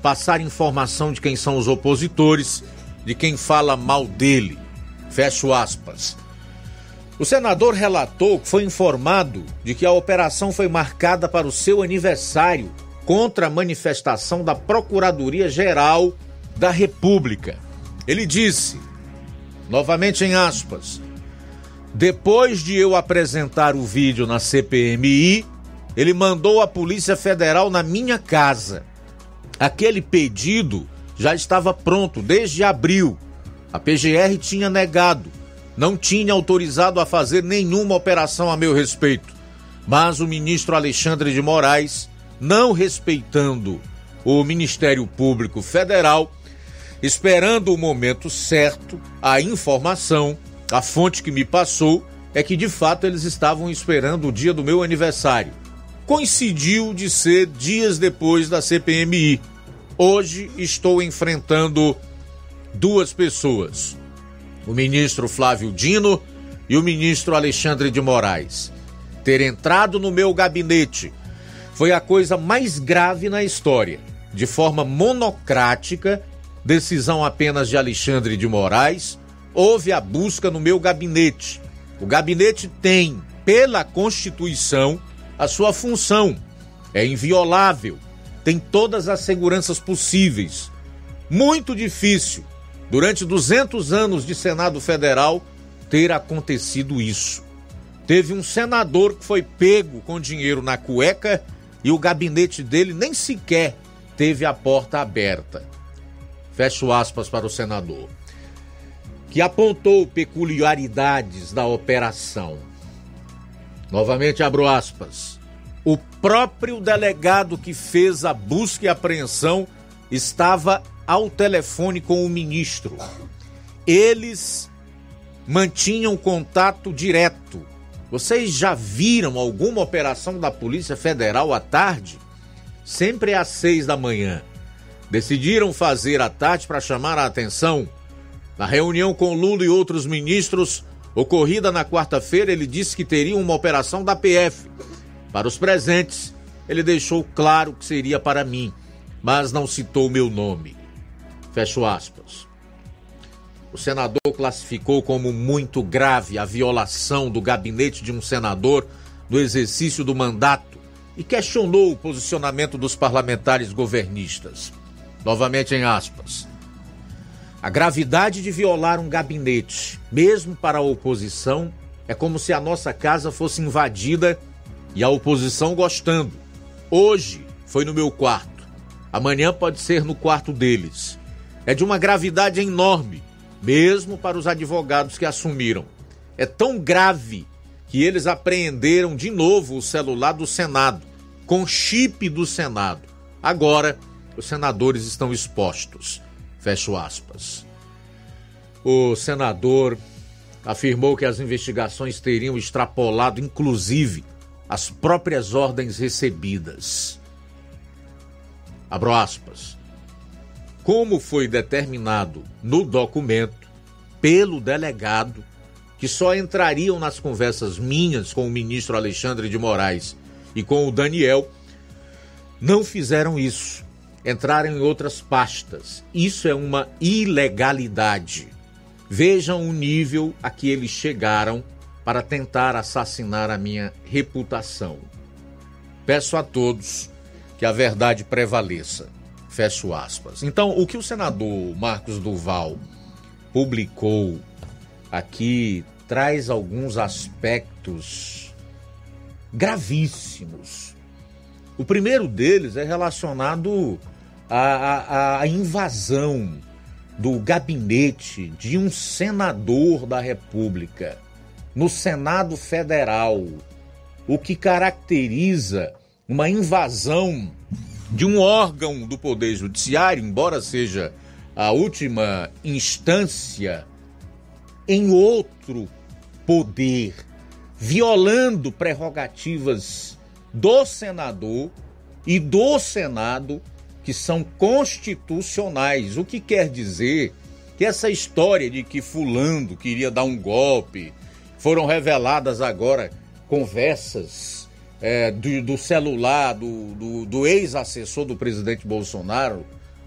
passar informação de quem são os opositores, de quem fala mal dele. Fecho aspas. O senador relatou que foi informado de que a operação foi marcada para o seu aniversário contra a manifestação da Procuradoria-Geral da República. Ele disse, novamente em aspas, depois de eu apresentar o vídeo na C P M I, ele mandou a Polícia Federal na minha casa. Aquele pedido já estava pronto desde abril. A P G R tinha negado, não tinha autorizado a fazer nenhuma operação a meu respeito. Mas o ministro Alexandre de Moraes, não respeitando o Ministério Público Federal, esperando o momento certo, a informação, a fonte que me passou, é que de fato eles estavam esperando o dia do meu aniversário. Coincidiu de ser dias depois da C P M I. Hoje estou enfrentando duas pessoas, o ministro Flávio Dino e o ministro Alexandre de Moraes. Ter entrado no meu gabinete foi a coisa mais grave na história. De forma monocrática, decisão apenas de Alexandre de Moraes, houve a busca no meu gabinete. O gabinete tem, pela Constituição, a sua função. É inviolável, tem todas as seguranças possíveis. Muito difícil, durante duzentos anos de Senado Federal, ter acontecido isso. Teve um senador que foi pego com dinheiro na cueca e o gabinete dele nem sequer teve a porta aberta. Fecho aspas para o senador, que apontou peculiaridades da operação. Novamente abro aspas. O próprio delegado que fez a busca e apreensão estava ao telefone com o ministro. Eles mantinham contato direto. Vocês já viram alguma operação da Polícia Federal à tarde? Sempre às seis da manhã. Decidiram fazer à tarde para chamar a atenção. Na reunião com Lula e outros ministros, ocorrida na quarta-feira, ele disse que teria uma operação da P F. Para os presentes, ele deixou claro que seria para mim, mas não citou meu nome. Fecho aspas. O senador classificou como muito grave a violação do gabinete de um senador no exercício do mandato e questionou o posicionamento dos parlamentares governistas. Novamente em aspas. A gravidade de violar um gabinete, mesmo para a oposição, é como se a nossa casa fosse invadida e a oposição gostando. Hoje foi no meu quarto, amanhã pode ser no quarto deles. É de uma gravidade enorme, mesmo para os advogados que assumiram. É tão grave que eles apreenderam de novo o celular do Senado, com chip do Senado. Agora, os senadores estão expostos. Fecho aspas. O senador afirmou que as investigações teriam extrapolado, inclusive, as próprias ordens recebidas. Abro aspas. Como foi determinado no documento pelo delegado, que só entrariam nas conversas minhas com o ministro Alexandre de Moraes e com o Daniel, não fizeram isso. Entraram em outras pastas. Isso é uma ilegalidade. Vejam o nível a que eles chegaram para tentar assassinar a minha reputação. Peço a todos que a verdade prevaleça. Fecho aspas. Então, o que o senador Marcos Duval publicou aqui traz alguns aspectos gravíssimos. O primeiro deles é relacionado à, à, à invasão do gabinete de um senador da República no Senado Federal, o que caracteriza uma invasão de um órgão do Poder Judiciário, embora seja a última instância, em outro poder, violando prerrogativas do senador e do Senado, que são constitucionais. O que quer dizer que essa história de que fulano queria dar um golpe, foram reveladas agora conversas é, do, do celular do, do, do ex-assessor do presidente Bolsonaro,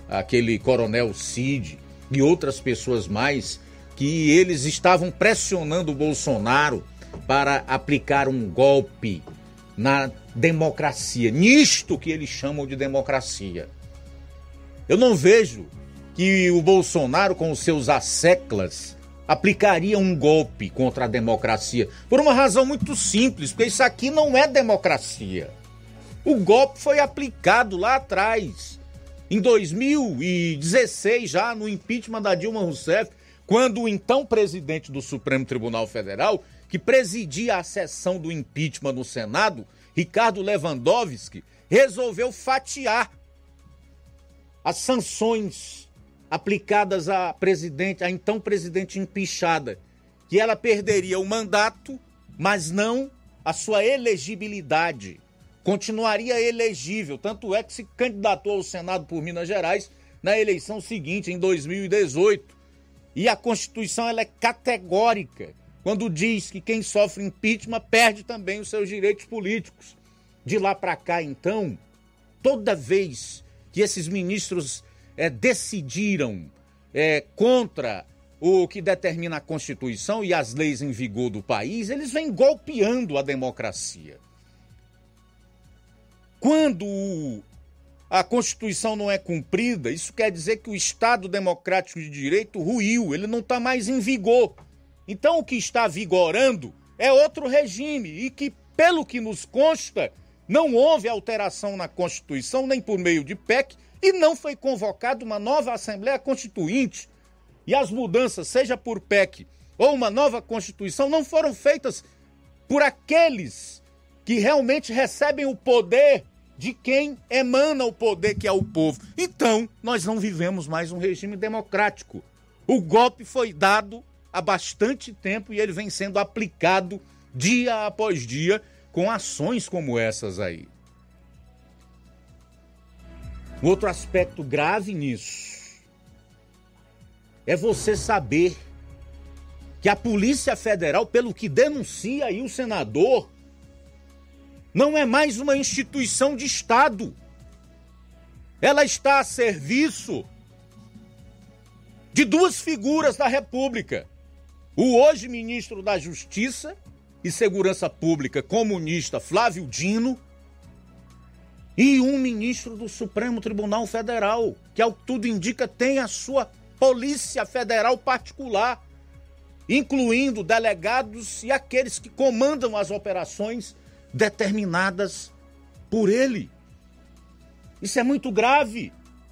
aquele coronel Cid e outras pessoas mais, que eles estavam pressionando o Bolsonaro para aplicar um golpe na democracia, nisto que eles chamam de democracia. Eu não vejo que o Bolsonaro, com os seus asseclas, aplicaria um golpe contra a democracia, por uma razão muito simples, porque isso aqui não é democracia. O golpe foi aplicado lá atrás, em dois mil e dezesseis, já no impeachment da Dilma Rousseff, quando o então presidente do Supremo Tribunal Federal, que presidia a sessão do impeachment no Senado, Ricardo Lewandowski, resolveu fatiar as sanções aplicadas à presidente, à então presidente empichada, que ela perderia o mandato, mas não a sua elegibilidade. Continuaria elegível, tanto é que se candidatou ao Senado por Minas Gerais na eleição seguinte, em dois mil e dezoito. E a Constituição ela é categórica quando diz que quem sofre impeachment perde também os seus direitos políticos. De lá para cá, então, toda vez que esses ministros é, decidiram é, contra o que determina a Constituição e as leis em vigor do país, eles vêm golpeando a democracia. Quando a Constituição não é cumprida, isso quer dizer que o Estado Democrático de Direito ruiu, ele não está mais em vigor. Então o que está vigorando é outro regime e que, pelo que nos consta, não houve alteração na Constituição, nem por meio de P E C, e não foi convocada uma nova Assembleia Constituinte. E as mudanças, seja por P E C ou uma nova Constituição, não foram feitas por aqueles que realmente recebem o poder de quem emana o poder, que é o povo. Então, nós não vivemos mais um regime democrático. O golpe foi dado há bastante tempo e ele vem sendo aplicado dia após dia com ações como essas aí. Um outro aspecto grave nisso é você saber que a Polícia Federal, pelo que denuncia aí o senador, não é mais uma instituição de Estado. Ela está a serviço de duas figuras da República. O hoje ministro da Justiça e Segurança Pública comunista Flávio Dino e um ministro do Supremo Tribunal Federal, que ao que tudo indica tem a sua Polícia Federal particular, incluindo delegados e aqueles que comandam as operações determinadas por ele. Isso é muito grave.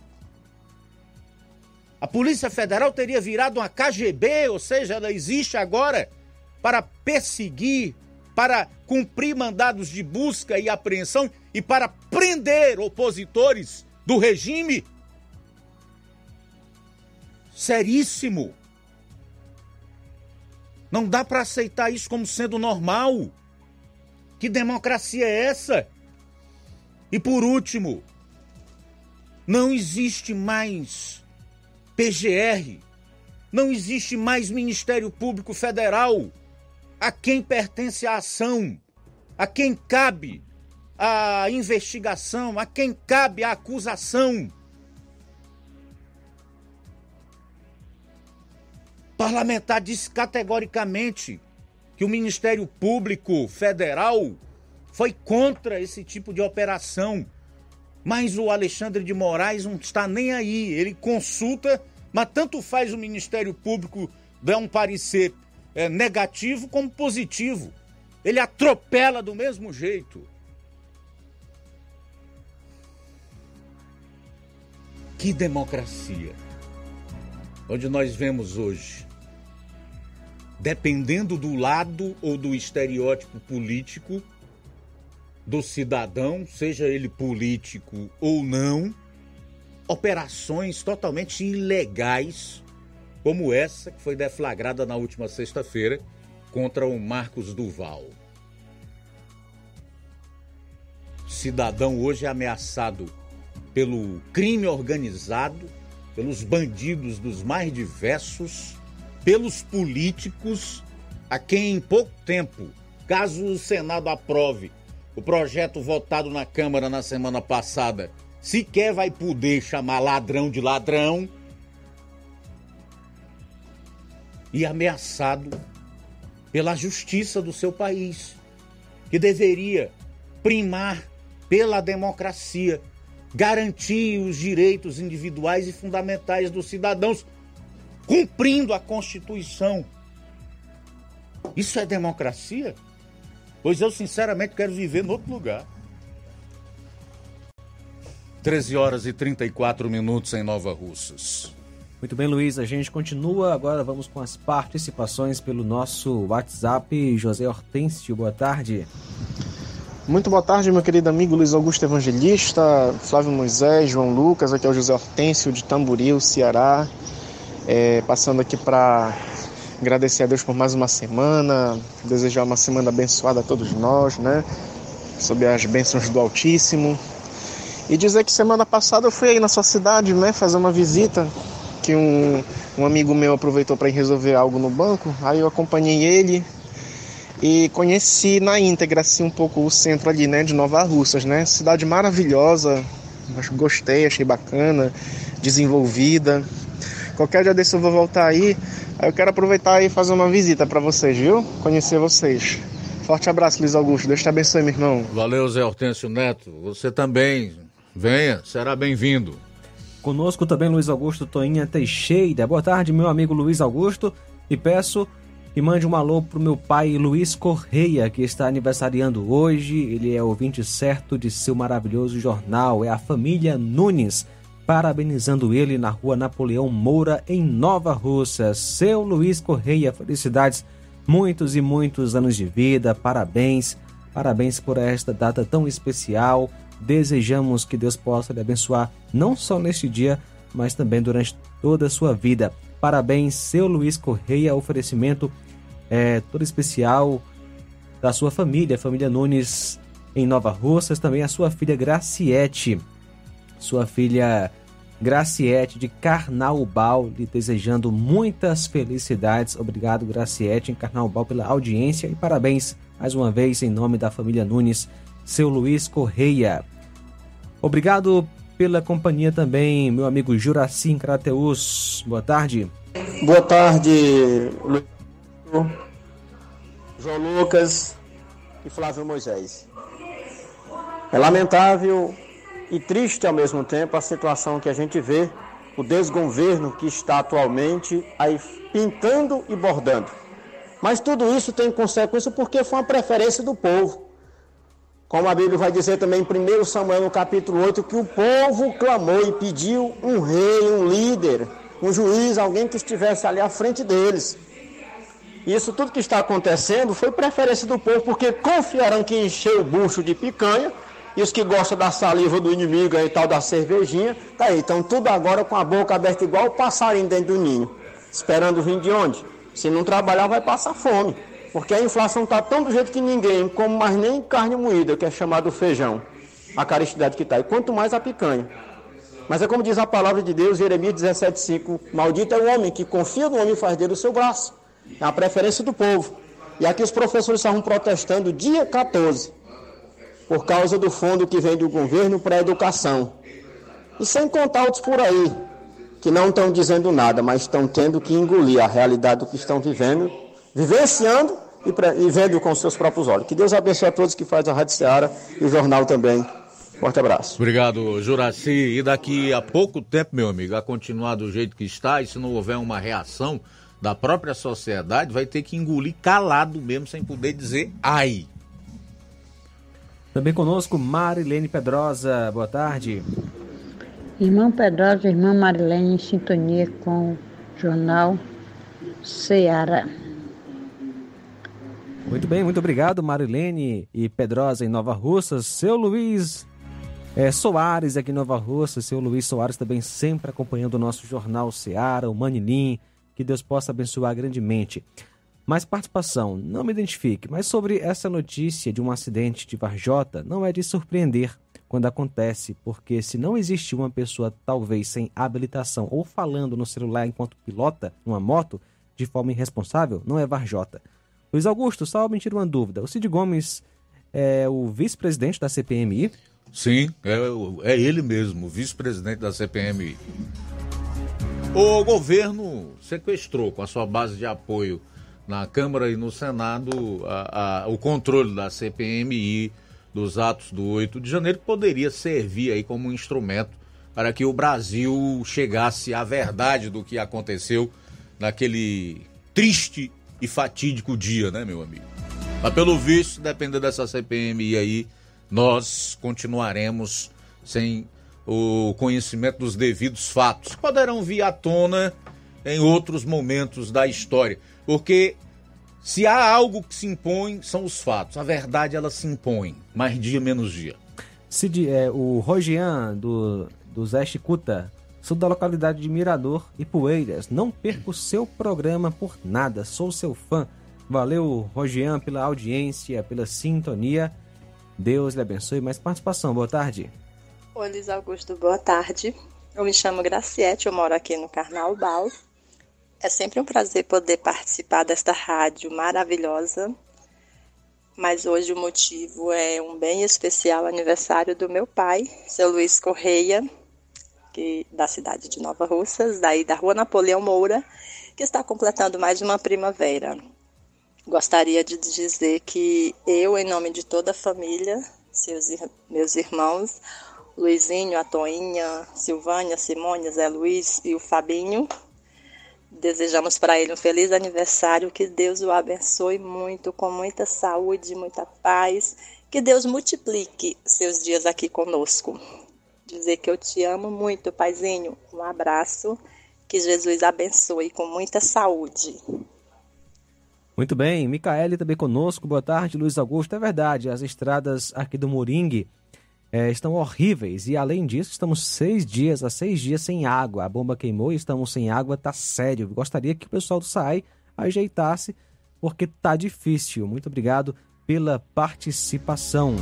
A Polícia Federal teria virado uma K G B, ou seja, ela existe agora para perseguir, para cumprir mandados de busca e apreensão e para prender opositores do regime. Seríssimo. Não dá para aceitar isso como sendo normal. Que democracia é essa? E por último, não existe mais P G R, não existe mais Ministério Público Federal. A quem pertence a ação, a quem cabe a investigação, a quem cabe a acusação. O parlamentar disse categoricamente que o Ministério Público Federal foi contra esse tipo de operação. Mas o Alexandre de Moraes não está nem aí. Ele consulta, mas tanto faz o Ministério Público dar um parecer é, negativo como positivo. Ele atropela do mesmo jeito. Que democracia! Onde nós vemos hoje, dependendo do lado ou do estereótipo político do cidadão, seja ele político ou não, operações totalmente ilegais, como essa que foi deflagrada na última sexta-feira contra o Marcos Duval. O cidadão hoje é ameaçado pelo crime organizado, pelos bandidos dos mais diversos, pelos políticos, a quem em pouco tempo, caso o Senado aprove o projeto votado na Câmara na semana passada, sequer vai poder chamar ladrão de ladrão e ameaçado pela justiça do seu país, que deveria primar pela democracia, garantir os direitos individuais e fundamentais dos cidadãos, cumprindo a Constituição. Isso é democracia? Pois eu, sinceramente, quero viver em outro lugar. treze horas e trinta e quatro minutos em Nova Russas. Muito bem, Luiz, a gente continua. Agora vamos com as participações pelo nosso WhatsApp. José Hortêncio, boa tarde. Muito boa tarde, meu querido amigo Luiz Augusto Evangelista, Flávio Moisés, João Lucas. Aqui é o José Hortêncio de Tamboril, Ceará. É, passando aqui para agradecer a Deus por mais uma semana, desejar uma semana abençoada a todos nós, né? Sob as bênçãos do Altíssimo. E dizer que semana passada eu fui aí na sua cidade, né, fazer uma visita, que um, um amigo meu aproveitou para ir resolver algo no banco. Aí eu acompanhei ele e conheci na íntegra assim, um pouco o centro ali, né, de Nova Russas, né? Cidade maravilhosa, gostei, achei bacana, desenvolvida. Qualquer dia desse eu vou voltar aí. Aí eu quero aproveitar e fazer uma visita para vocês, viu? Conhecer vocês. Forte abraço, Luiz Augusto. Deus te abençoe, meu irmão. Valeu, Zé Hortêncio Neto. Você também. Venha, será bem-vindo. Conosco também Luiz Augusto Toinha Teixeira. Boa tarde, meu amigo Luiz Augusto. E peço que mande um alô pro meu pai Luiz Correia, que está aniversariando hoje. Ele é ouvinte certo de seu maravilhoso jornal. É a família Nunes. Parabenizando ele na rua Napoleão Moura, em Nova Russas. Seu Luiz Correia, felicidades, muitos e muitos anos de vida, parabéns, parabéns por esta data tão especial. Desejamos que Deus possa lhe abençoar, não só neste dia, mas também durante toda a sua vida. Parabéns, seu Luiz Correia, oferecimento é, todo especial da sua família, família Nunes, em Nova Russas, também a sua filha Graciete. Sua filha Graciete de Carnaubal, lhe desejando muitas felicidades. Obrigado, Graciete, em Carnaubal, pela audiência e parabéns mais uma vez em nome da família Nunes, seu Luiz Correia. Obrigado pela companhia também, meu amigo Juraci em Crateús. Boa tarde. Boa tarde, Luiz, João Lucas e Flávio Moisés. É lamentável e triste ao mesmo tempo a situação que a gente vê, o desgoverno que está atualmente aí pintando e bordando. Mas tudo isso tem consequência porque foi uma preferência do povo. Como a Bíblia vai dizer também em primeiro Samuel, no capítulo oito, que o povo clamou e pediu um rei, um líder, um juiz, alguém que estivesse ali à frente deles. E isso tudo que está acontecendo foi preferência do povo, porque confiaram que encheu o bucho de picanha. E os que gostam da saliva do inimigo e tal, da cervejinha, tá aí, estão tudo agora com a boca aberta igual o passarinho dentro do ninho. Esperando vir de onde? Se não trabalhar, vai passar fome. Porque a inflação está tão do jeito que ninguém come mais nem carne moída, que é chamado feijão. A caricidade que está. E quanto mais a picanha. Mas é como diz a palavra de Deus, Jeremias dezessete, cinco. Maldito é o homem que confia no homem e faz dele o seu braço. É a preferência do povo. E aqui os professores estavam protestando dia quatorze. Por causa do fundo que vem do governo para a educação. E sem contar outros por aí, que não estão dizendo nada, mas estão tendo que engolir a realidade do que estão vivendo, vivenciando e, pra, e vendo com seus próprios olhos. Que Deus abençoe a todos que fazem a Rádio Ceará e o jornal também. Forte abraço. Obrigado, Juraci. E daqui a pouco tempo, meu amigo, a continuar do jeito que está, e se não houver uma reação da própria sociedade, vai ter que engolir calado mesmo, sem poder dizer ai. Também conosco, Marilene Pedrosa. Boa tarde. Irmão Pedrosa, irmã Marilene, em sintonia com o Jornal Ceará. Muito bem, muito obrigado, Marilene e Pedrosa em Nova Russas. Seu Luiz é, Soares aqui em Nova Russas. Seu Luiz Soares também sempre acompanhando o nosso Jornal Ceará, o Manilim. Que Deus possa abençoar grandemente. Mais participação, não me identifique, mas sobre essa notícia de um acidente de Varjota, não é de surpreender quando acontece, porque se não existe uma pessoa talvez sem habilitação ou falando no celular enquanto pilota uma moto de forma irresponsável, não é Varjota. Luiz Augusto, só me tira uma dúvida, o Cid Gomes é o vice-presidente da C P M I? Sim, é, é ele mesmo, o vice-presidente da C P M I. O governo sequestrou, com a sua base de apoio na Câmara e no Senado, a, a, o controle da C P M I dos atos do oito de janeiro, que poderia servir aí como um instrumento para que o Brasil chegasse à verdade do que aconteceu naquele triste e fatídico dia, né, meu amigo? Mas pelo visto, dependendo dessa C P M I aí, nós continuaremos sem o conhecimento dos devidos fatos, que poderão vir à tona em outros momentos da história. Porque se há algo que se impõe, são os fatos. A verdade, ela se impõe, mais dia menos dia. Cid, é, o Rogian, do, do Zé Chicuta, sou da localidade de Mirador e Poeiras. Não perco o seu programa por nada, sou seu fã. Valeu, Rogian, pela audiência, pela sintonia. Deus lhe abençoe. Mais participação, boa tarde. Oi, Luiz Augusto, boa tarde. Eu me chamo Graciete, eu moro aqui no Carnaubal. É sempre um prazer poder participar desta rádio maravilhosa, mas hoje o motivo é um bem especial aniversário do meu pai, seu Luiz Correia, que, da cidade de Nova Russas, daí da Rua Napoleão Moura, que está completando mais uma primavera. Gostaria de dizer que eu, em nome de toda a família, seus, meus irmãos, Luizinho, a Toinha, Silvânia, Simone, Zé Luiz e o Fabinho, desejamos para ele um feliz aniversário, que Deus o abençoe muito, com muita saúde, muita paz, que Deus multiplique seus dias aqui conosco. Dizer que eu te amo muito, paizinho, um abraço, que Jesus abençoe com muita saúde. Muito bem, Micaele também conosco, boa tarde, Luiz Augusto. É verdade, as estradas aqui do Moringue é, estão horríveis e, além disso, estamos seis dias, há seis dias sem água. A bomba queimou e estamos sem água, tá sério. Gostaria que o pessoal do S A I ajeitasse, porque tá difícil. Muito obrigado pela participação.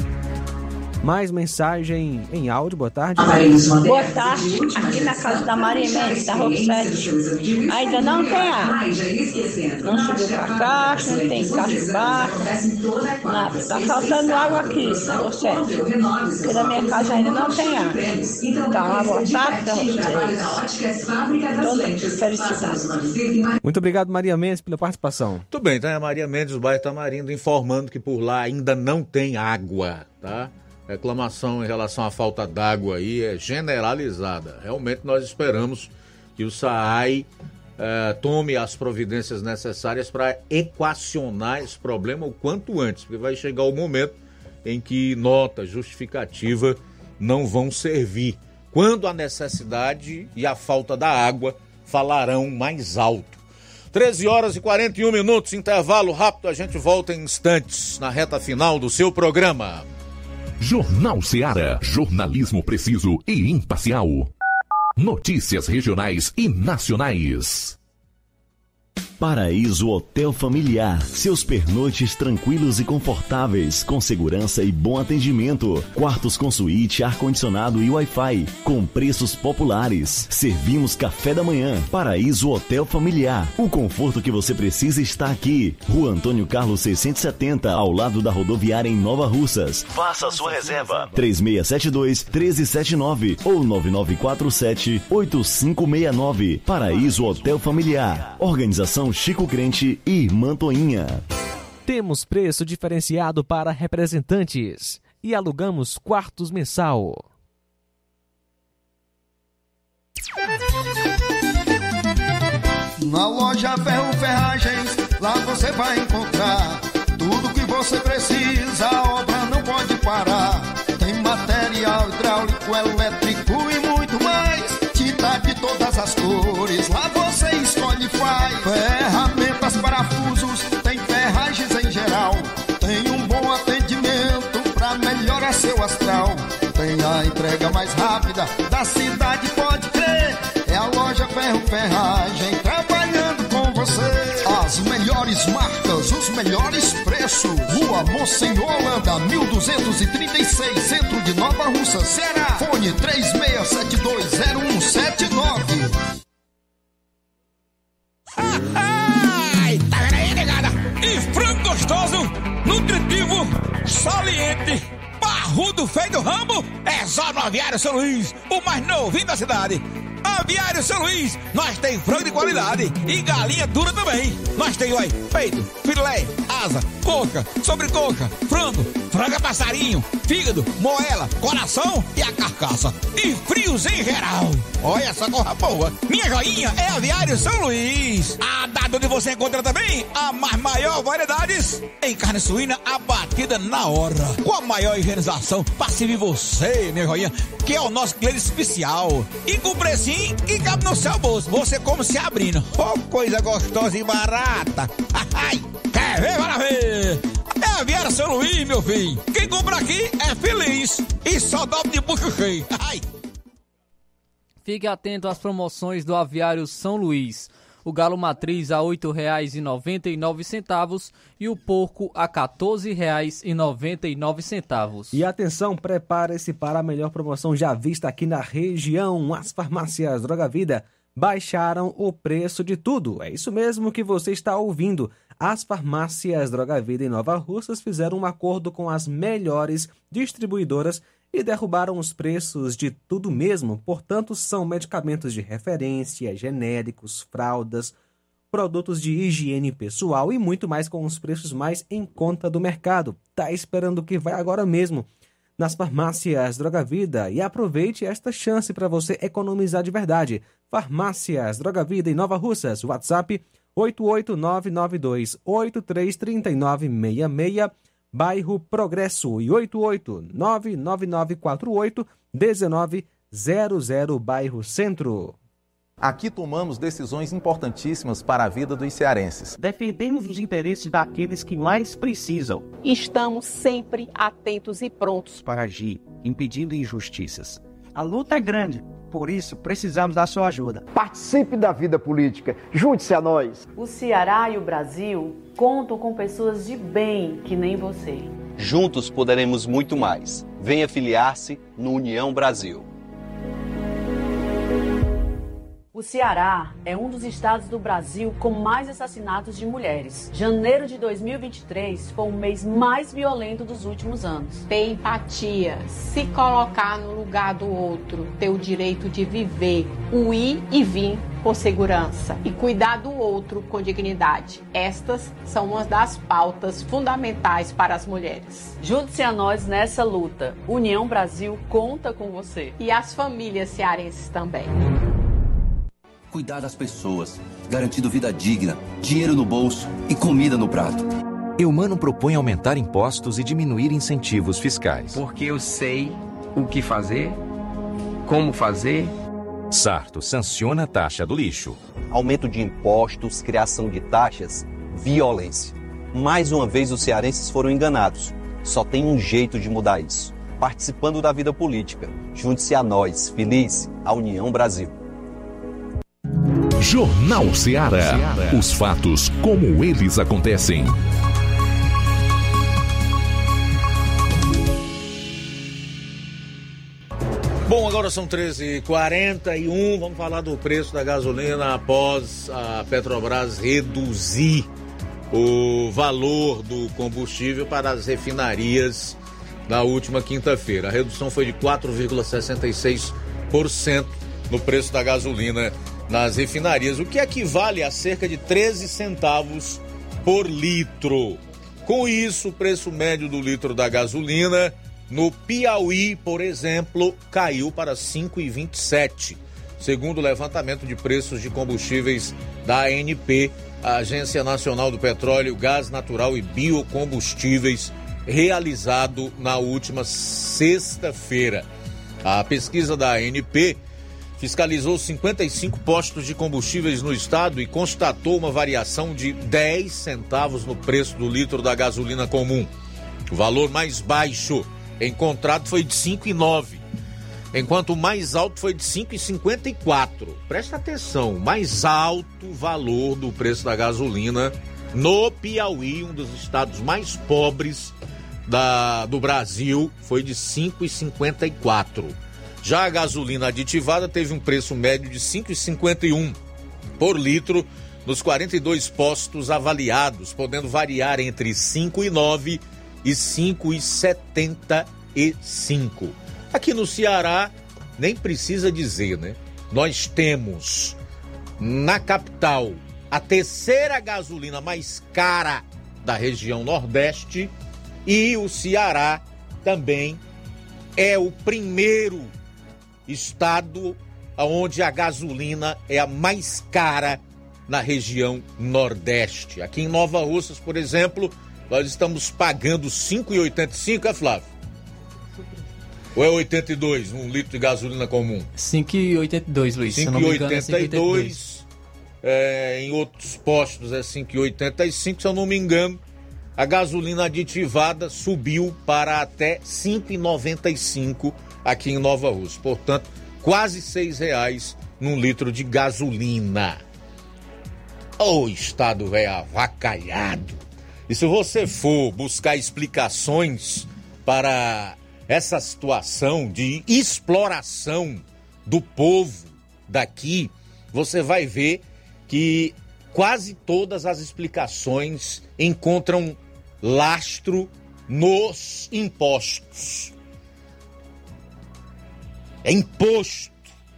Mais mensagem em áudio, boa tarde. Boa tarde, aqui na casa da Maria Mendes, da Rossete. Ainda não tem água. Não subiu para caixa, não tem caixa baixo, nada. Está faltando água aqui na Rossete. Porque na minha casa ainda não tem água. Então, uma boa tarde para vocês. Toda felicidade. Muito obrigado, Maria Mendes, pela participação. Muito bem, então é a Maria Mendes, do bairro Tamarindo, informando que por lá ainda não tem água, tá? Reclamação em relação à falta d'água aí é generalizada. Realmente nós esperamos que o S A I eh, tome as providências necessárias para equacionar esse problema o quanto antes, porque vai chegar o momento em que nota justificativa não vão servir, quando a necessidade e a falta da água falarão mais alto. treze horas e quarenta e um minutos, intervalo rápido, a gente volta em instantes na reta final do seu programa. Jornal Ceará, jornalismo preciso e imparcial. Notícias regionais e nacionais. Paraíso Hotel Familiar, seus pernoites tranquilos e confortáveis, com segurança e bom atendimento, quartos com suíte, ar-condicionado e Wi-Fi, com preços populares. Servimos café da manhã. Paraíso Hotel Familiar, o conforto que você precisa está aqui. Rua Antônio Carlos seiscentos e setenta, ao lado da rodoviária em Nova Russas. Faça a sua reserva. três seis sete dois, um três sete nove ou nove nove quatro sete, oito cinco seis nove. Paraíso Hotel Familiar. Organização Chico Crente e Irmã Toinha. Temos preço diferenciado para representantes e alugamos quartos mensal. Na loja Ferro Ferragens, lá você vai encontrar tudo que você precisa, a obra não pode parar. Tem material hidráulico, elétrico e muito mais. Tinta de todas as cores, lá você escolhe e faz. Ferramentas, parafusos, tem ferragens em geral. Tem um bom atendimento pra melhorar seu astral. Tem a entrega mais rápida da cidade, pode crer. É a loja Ferro Ferragem trabalhando com você. As melhores marcas, os melhores preços. Rua Monsenhor Holanda, mil duzentos e trinta e seis, centro de Nova Russa, Ceará. Fone três seis sete dois zero um sete nove. Ai, tá vendo aí, negada? E frango gostoso, nutritivo, saliente, barra Parrudo feito Rambo é só no Aviário São Luís, o mais novinho da cidade. Aviário São Luís, nós tem frango de qualidade e galinha dura também. Nós tem, oi, peito, filé, asa, coca, sobrecoca, frango, franga passarinho, fígado, moela, coração e a carcaça. E frios em geral. Olha essa corra boa. Minha joinha é Aviário São Luís. A data onde você encontra também a mais maior variedades em carne suína abatida na hora. Com a maior higienização para servir você, minha joinha, que é o nosso cliente especial. E com precinho que cabe no seu bolso. Você come se abrindo. Oh, coisa gostosa e barata. Ai, quer ver, para ver? É Aviário São Luís, meu filho. Quem compra aqui é feliz. E só dobra de bucho cheio. Ai. Fique atento às promoções do Aviário São Luís. O galo matriz a oito reais e noventa e nove centavos e o porco a quatorze reais e noventa e nove centavos. E atenção, prepare-se para a melhor promoção já vista aqui na região. As farmácias Droga Vida baixaram o preço de tudo. É isso mesmo que você está ouvindo. As farmácias Droga Vida em Nova Russas fizeram um acordo com as melhores distribuidoras e derrubaram os preços de tudo mesmo. Portanto, são medicamentos de referência, genéricos, fraldas, produtos de higiene pessoal e muito mais com os preços mais em conta do mercado. Tá esperando que vai agora mesmo nas farmácias Droga Vida e aproveite esta chance para você economizar de verdade. Farmácias Droga Vida em Nova Russas, WhatsApp oito oito nove nove dois oito três três nove seis seis, bairro Progresso, e oito oito nove nove nove quatro oito um nove zero zero, bairro Centro. Aqui tomamos decisões importantíssimas para a vida dos cearenses. Defendemos os interesses daqueles que mais precisam. Estamos sempre atentos e prontos para agir, impedindo injustiças. A luta é grande, por isso precisamos da sua ajuda. Participe da vida política, junte-se a nós. O Ceará e o Brasil contam com pessoas de bem que nem você. Juntos poderemos muito mais. Venha filiar-se no União Brasil. O Ceará é um dos estados do Brasil com mais assassinatos de mulheres. Janeiro de dois mil e vinte e três foi o mês mais violento dos últimos anos. Ter empatia, se colocar no lugar do outro, ter o direito de viver, o ir e vir com segurança e cuidar do outro com dignidade. Estas são uma das pautas fundamentais para as mulheres. Junte-se a nós nessa luta. União Brasil conta com você. E as famílias cearenses também. Cuidar das pessoas, garantindo vida digna, dinheiro no bolso e comida no prato. Eumano propõe aumentar impostos e diminuir incentivos fiscais. Porque eu sei o que fazer, como fazer. Sarto sanciona a taxa do lixo. Aumento de impostos, criação de taxas, violência. Mais uma vez os cearenses foram enganados. Só tem um jeito de mudar isso. Participando da vida política. Junte-se a nós, feliz, a União Brasil. Jornal Ceará. Os fatos como eles acontecem. Bom, agora são treze e quarenta e um. Vamos falar do preço da gasolina após a Petrobras reduzir o valor do combustível para as refinarias na última quinta-feira. A redução foi de quatro vírgula sessenta e seis por cento no preço da gasolina nas refinarias, o que equivale a cerca de treze centavos por litro. Com isso, o preço médio do litro da gasolina no Piauí, por exemplo, caiu para cinco reais e vinte e sete centavos, segundo o levantamento de preços de combustíveis da A N P, a Agência Nacional do Petróleo, Gás Natural e Biocombustíveis, realizado na última sexta-feira. A pesquisa da A N P fiscalizou cinquenta e cinco postos de combustíveis no estado e constatou uma variação de dez centavos no preço do litro da gasolina comum. O valor mais baixo encontrado foi de cinco reais e nove centavos, enquanto o mais alto foi de cinco reais e cinquenta e quatro centavos. Presta atenção, o mais alto valor do preço da gasolina no Piauí, um dos estados mais pobres da, do Brasil, foi de cinco reais e cinquenta e quatro centavos. Já a gasolina aditivada teve um preço médio de cinco reais e cinquenta e um centavos por litro nos quarenta e dois postos avaliados, podendo variar entre cinco reais e nove centavos e cinco reais e setenta e cinco. Aqui no Ceará, nem precisa dizer, né? Nós temos na capital a terceira gasolina mais cara da região Nordeste e o Ceará também é o primeiro estado onde a gasolina é a mais cara na região Nordeste. Aqui em Nova Russas, por exemplo, nós estamos pagando cinco reais e oitenta e cinco centavos, é, Flávio? Ou é oitenta e dois, um litro de gasolina comum? cinco reais e oitenta e dois, Luiz. cinco reais e oitenta e dois, é, em outros postos é cinco reais e oitenta e cinco, se eu não me engano. A gasolina aditivada subiu para até cinco reais e noventa e cinco aqui em Nova Russa. Portanto, quase seis reais num litro de gasolina. Ô, oh, estado velho avacalhado. E se você for buscar explicações para essa situação de exploração do povo daqui, você vai ver que quase todas as explicações encontram lastro nos impostos. É imposto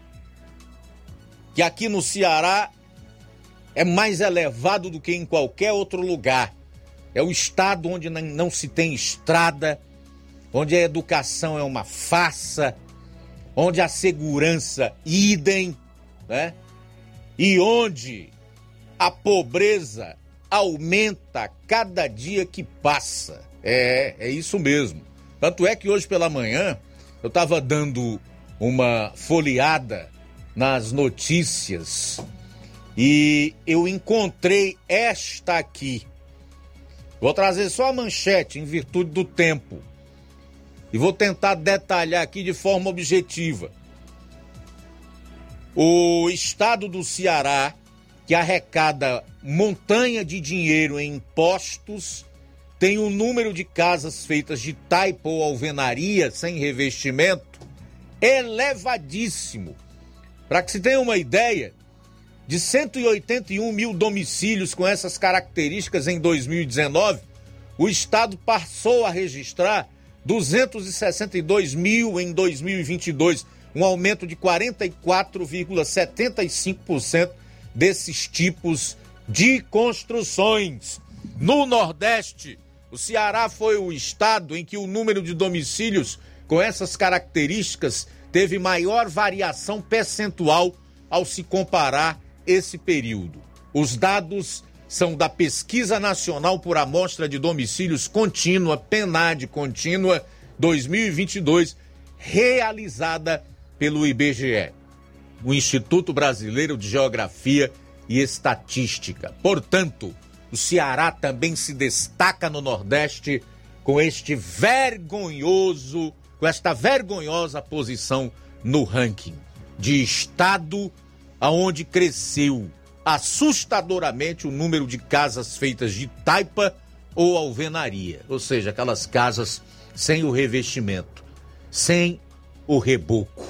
que aqui no Ceará é mais elevado do que em qualquer outro lugar. É o estado onde não se tem estrada, onde a educação é uma farsa, onde a segurança idem, né? E onde a pobreza aumenta cada dia que passa. É, é isso mesmo. Tanto é que hoje pela manhã eu estava dando uma folheada nas notícias e eu encontrei esta aqui. Vou trazer só a manchete em virtude do tempo e vou tentar detalhar aqui de forma objetiva. O estado do Ceará, que arrecada montanha de dinheiro em impostos, tem um número de casas feitas de taipa ou alvenaria sem revestimento elevadíssimo. Para que se tenha uma ideia, de cento e oitenta e um mil domicílios com essas características em dois mil e dezenove, o estado passou a registrar duzentos e sessenta e dois mil em dois mil e vinte e dois, um aumento de quarenta e quatro vírgula setenta e cinco por cento desses tipos de construções. No Nordeste, o Ceará foi o estado em que o número de domicílios com essas características teve maior variação percentual ao se comparar esse período. Os dados são da Pesquisa Nacional por Amostra de Domicílios Contínua, PENAD Contínua dois mil e vinte e dois, realizada pelo I B G E, o Instituto Brasileiro de Geografia e Estatística. Portanto, o Ceará também se destaca no Nordeste com este vergonhoso, com esta vergonhosa posição no ranking de estado aonde cresceu assustadoramente o número de casas feitas de taipa ou alvenaria, ou seja, aquelas casas sem o revestimento, sem o reboco.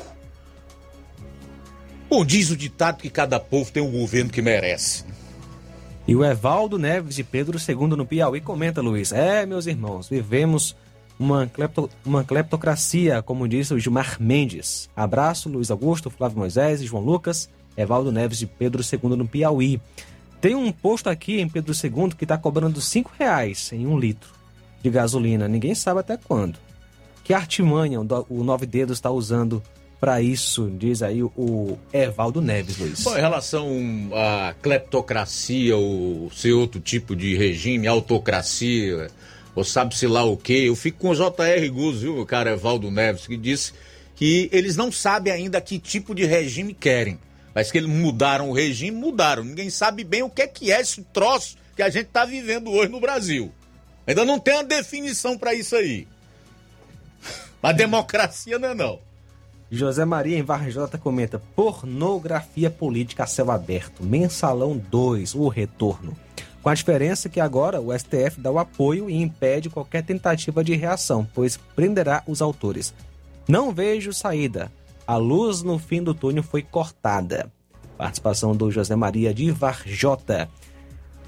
Bom, diz o ditado que cada povo tem um governo que merece. E o Evaldo Neves de Pedro segundo no Piauí comenta, Luiz, é, meus irmãos, vivemos uma, clepto, uma cleptocracia, como disse o Gilmar Mendes. Abraço, Luiz Augusto, Flávio Moisés e João Lucas. Evaldo Neves de Pedro segundo no Piauí. Tem um posto aqui em Pedro segundo que está cobrando cinco reais em um litro de gasolina. Ninguém sabe até quando. Que artimanha o Nove Dedos está usando para isso, diz aí o Evaldo Neves, Luiz. Bom, em relação à cleptocracia, ou ser outro tipo de regime, autocracia, ou sabe-se lá o quê, eu fico com o J R Guz, viu, o cara Evaldo Neves, que disse que eles não sabem ainda que tipo de regime querem. Mas que eles mudaram o regime, mudaram. Ninguém sabe bem o que é que é esse troço que a gente está vivendo hoje no Brasil. Ainda não tem uma definição para isso aí. A democracia não é não. José Maria em Varjota comenta: pornografia política a céu aberto. Mensalão dois, o retorno. Com a diferença que agora o S T F dá o apoio e impede qualquer tentativa de reação, pois prenderá os autores. Não vejo saída. A luz no fim do túnel foi cortada. Participação do José Maria de Varjota.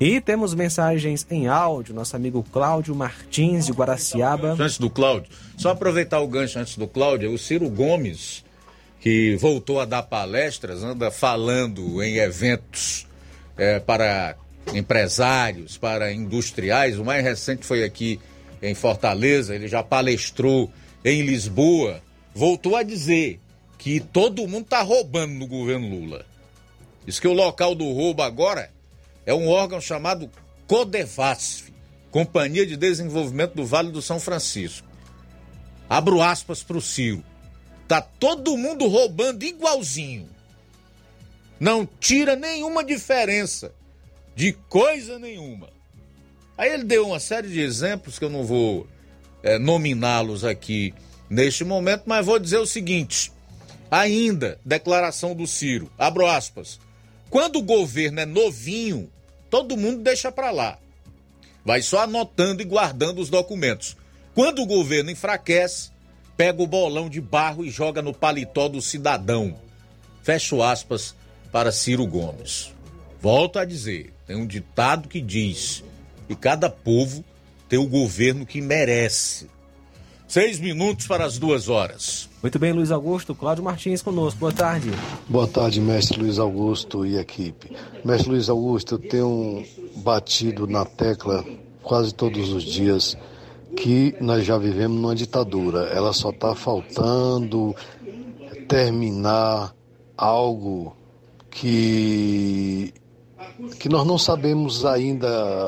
E temos mensagens em áudio, nosso amigo Cláudio Martins de Guaraciaba. Antes do Cláudio, só aproveitar o gancho antes do Cláudio, o Ciro Gomes, que voltou a dar palestras, anda falando em eventos é, para empresários, para industriais. O mais recente foi aqui em Fortaleza, ele já palestrou em Lisboa. Voltou a dizer que todo mundo está roubando no governo Lula. Diz que o local do roubo agora é um órgão chamado Codevasf, Companhia de Desenvolvimento do Vale do São Francisco. Abro aspas para o Ciro. Tá todo mundo roubando igualzinho. Não tira nenhuma diferença de coisa nenhuma. Aí ele deu uma série de exemplos que eu não vou é, nominá-los aqui neste momento, mas vou dizer o seguinte. Ainda, declaração do Ciro, abro aspas. Quando o governo é novinho, todo mundo deixa para lá. Vai só anotando e guardando os documentos. Quando o governo enfraquece, pega o bolão de barro e joga no paletó do cidadão. Fecho aspas para Ciro Gomes. Volto a dizer, tem um ditado que diz que cada povo tem o governo que merece. Seis minutos para as duas horas. Muito bem, Luiz Augusto. Cláudio Martins conosco. Boa tarde. Boa tarde, mestre Luiz Augusto e equipe. Mestre Luiz Augusto, eu tenho batido na tecla quase todos os dias que nós já vivemos numa ditadura. Ela só está faltando terminar algo que, que nós não sabemos ainda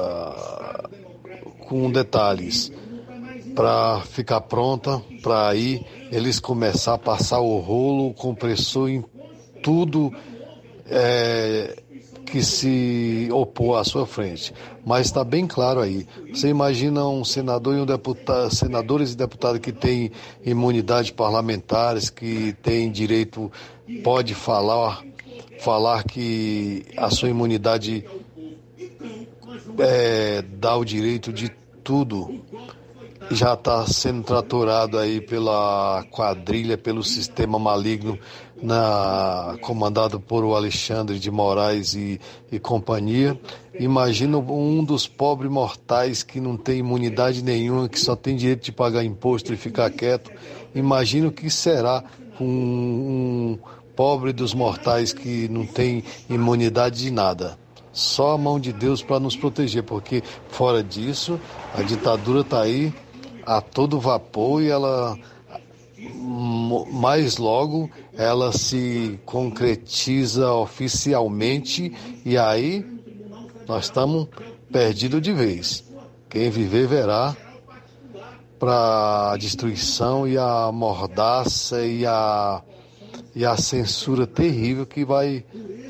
com detalhes, para ficar pronta, para aí eles começar a passar o rolo compressor em tudo é, que se opor à sua frente. Mas está bem claro aí. Você imagina um senador e um deputado, senadores e deputados que têm imunidade parlamentares, que têm direito, pode falar, falar que a sua imunidade é, dá o direito de tudo. Já está sendo tratorado aí pela quadrilha, pelo sistema maligno na, comandado por o Alexandre de Moraes e, e companhia. Imagina um dos pobres mortais que não tem imunidade nenhuma, que só tem direito de pagar imposto e ficar quieto. Imagina o que será com um pobre dos mortais que não tem imunidade de nada. Só a mão de Deus para nos proteger, porque fora disso, a ditadura está aí a todo vapor e ela, mais logo, ela se concretiza oficialmente e aí nós estamos perdidos de vez. Quem viver verá para a destruição e a mordaça e a, e a censura terrível que vai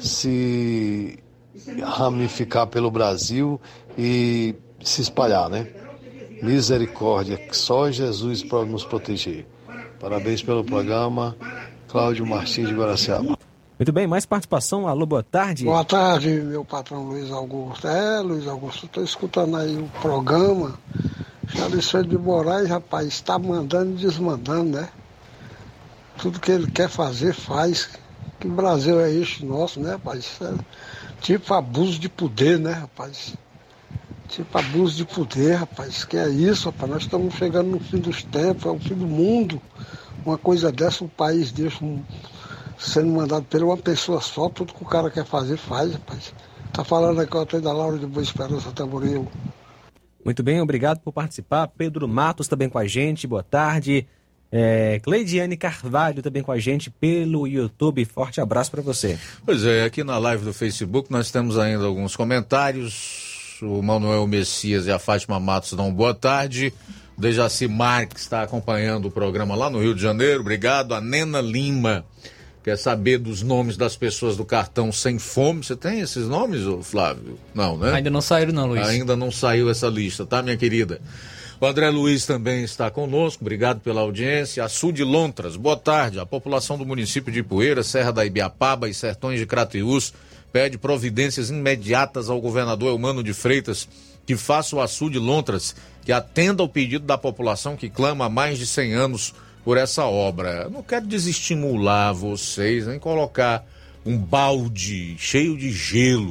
se ramificar pelo Brasil e se espalhar, né? Misericórdia, só Jesus para nos proteger. Parabéns pelo programa, Cláudio Martins de Guaraciaba. Muito bem, mais participação. Alô, boa tarde. Boa tarde, meu patrão Luiz Augusto. É, Luiz Augusto, estou escutando aí o programa. Alexandre de Moraes, rapaz, está mandando e desmandando, né? Tudo que ele quer fazer, faz. Que Brasil é este nosso, né, rapaz? É tipo abuso de poder, né, rapaz? Tipo abuso de poder, rapaz. Que é isso, rapaz? Nós estamos chegando no fim dos tempos, é o fim do mundo. Uma coisa dessa, um país desse um, sendo mandado por uma pessoa só, tudo que o cara quer fazer, faz, rapaz. Tá falando aqui, eu tenho da Laura de Boa Esperança, Tamboril. Muito bem, obrigado por participar. Pedro Matos também com a gente, boa tarde. É, Cleidiane Carvalho também com a gente pelo YouTube. Forte abraço para você. Pois é, aqui na live do Facebook nós temos ainda alguns comentários. O Manuel Messias e a Fátima Matos dão boa tarde. O Dejaci Marques está acompanhando o programa lá no Rio de Janeiro. Obrigado. A Nena Lima quer saber dos nomes das pessoas do cartão Sem Fome. Você tem esses nomes, Flávio? Não, né? Ainda não saíram não, Luiz. Ainda não saiu essa lista, tá, minha querida? O André Luiz também está conosco. Obrigado pela audiência. A Sul de Lontras, boa tarde. A população do município de Ipueira, Serra da Ibiapaba e Sertões de Crateús pede providências imediatas ao governador Eumano de Freitas que faça o Açu de Lontras, que atenda ao pedido da população que clama há mais de cem anos por essa obra. Eu não quero desestimular vocês, nem colocar um balde cheio de gelo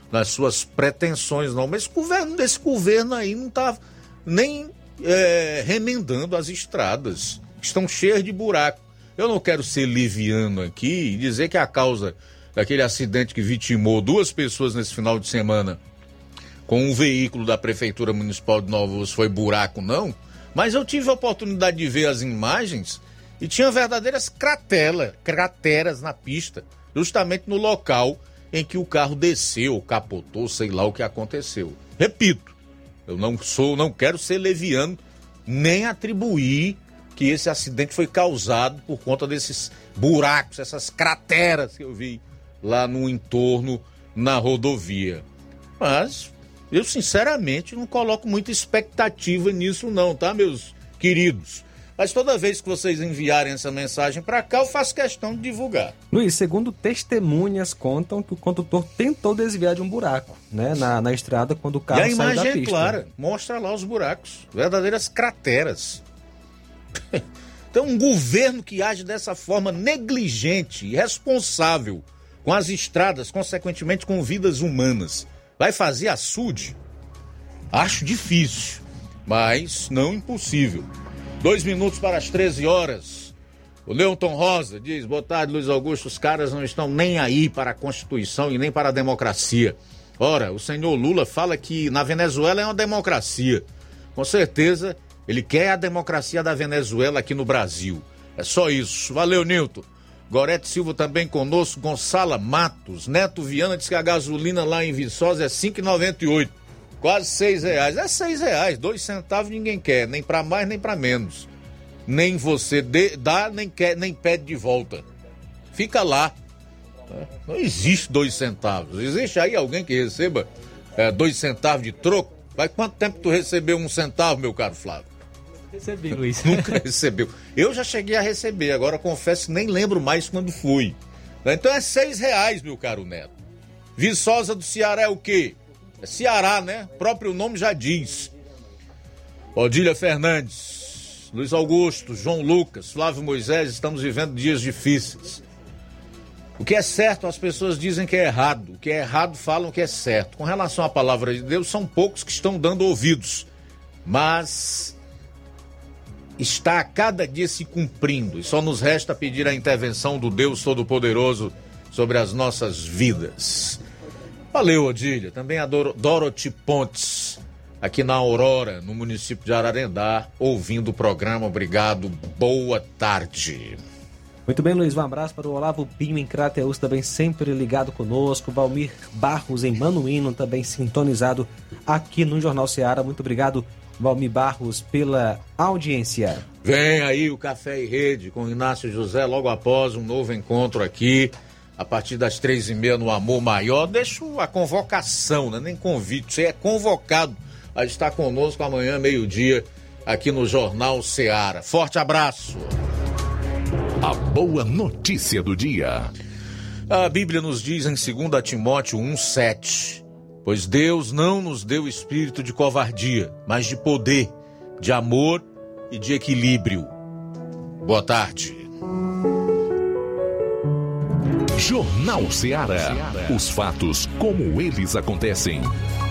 nas suas pretensões, não. Mas esse governo, desse governo aí não está nem é, remendando as estradas, que estão cheias de buraco. Eu não quero ser liviano aqui e dizer que a causa daquele acidente que vitimou duas pessoas nesse final de semana com um veículo da Prefeitura Municipal de Nova Rússia foi buraco, não. Mas eu tive a oportunidade de ver as imagens e tinha verdadeiras cratela, crateras na pista, justamente no local em que o carro desceu, capotou, sei lá o que aconteceu. Repito, eu não sou, não quero ser leviano, nem atribuir que esse acidente foi causado por conta desses buracos, essas crateras que eu vi lá no entorno, na rodovia. Mas eu, sinceramente, não coloco muita expectativa nisso não, tá, meus queridos? Mas toda vez que vocês enviarem essa mensagem para cá, eu faço questão de divulgar. Luiz, segundo testemunhas contam que o condutor tentou desviar de um buraco, né, na, na estrada quando o carro saiu da pista. E a imagem é clara, mostra lá os buracos, verdadeiras crateras. Então, um governo que age dessa forma negligente e irresponsável com as estradas, consequentemente com vidas humanas, vai fazer açude? Acho difícil, mas não impossível. Dois minutos para as treze horas. O Newton Rosa diz: boa tarde, Luiz Augusto, os caras não estão nem aí para a Constituição e nem para a democracia. Ora, o senhor Lula fala que na Venezuela é uma democracia. Com certeza, ele quer a democracia da Venezuela aqui no Brasil. É só isso. Valeu, Newton. Gorete Silva também conosco. Gonçala Matos. Neto Viana diz que a gasolina lá em Viçosa é cinco reais e noventa e oito centavos. Quase seis reais. É seis reais. Dois centavos ninguém quer. Nem para mais, nem para menos. Nem você dê, dá, nem quer, nem pede de volta. Fica lá. Não existe dois centavos. Existe aí alguém que receba é, dois centavos de troco? Faz quanto tempo tu recebeu um centavo, meu caro Flávio? Recebi, Luiz. Nunca recebeu. Eu já cheguei a receber, agora confesso que nem lembro mais quando fui. Então é seis reais, meu caro Neto. Viçosa do Ceará é o quê? É Ceará, né? O próprio nome já diz. Odília Fernandes, Luiz Augusto, João Lucas, Flávio Moisés, estamos vivendo dias difíceis. O que é certo, as pessoas dizem que é errado. O que é errado, falam que é certo. Com relação à palavra de Deus, são poucos que estão dando ouvidos. Mas está a cada dia se cumprindo. E só nos resta pedir a intervenção do Deus Todo-Poderoso sobre as nossas vidas. Valeu, Odília. Também a Dor- Dorothy Pontes, aqui na Aurora, no município de Ararendá, ouvindo o programa. Obrigado. Boa tarde. Muito bem, Luiz, um abraço para o Olavo Pinho em Crateús, também sempre ligado conosco. Valmir Barros em Manuíno, também sintonizado aqui no Jornal Ceará. Muito obrigado, Valmir Barros, pela audiência. Vem aí o Café e Rede com Inácio José, logo após um novo encontro aqui, a partir das três e meia no Amor Maior. Deixo a convocação, né? Nem convite, você é convocado a estar conosco amanhã, meio-dia, aqui no Jornal Ceará. Forte abraço. A boa notícia do dia. A Bíblia nos diz em dois Timóteo um, sete: pois Deus não nos deu espírito de covardia, mas de poder, de amor e de equilíbrio. Boa tarde. Jornal Ceará. Os fatos como eles acontecem.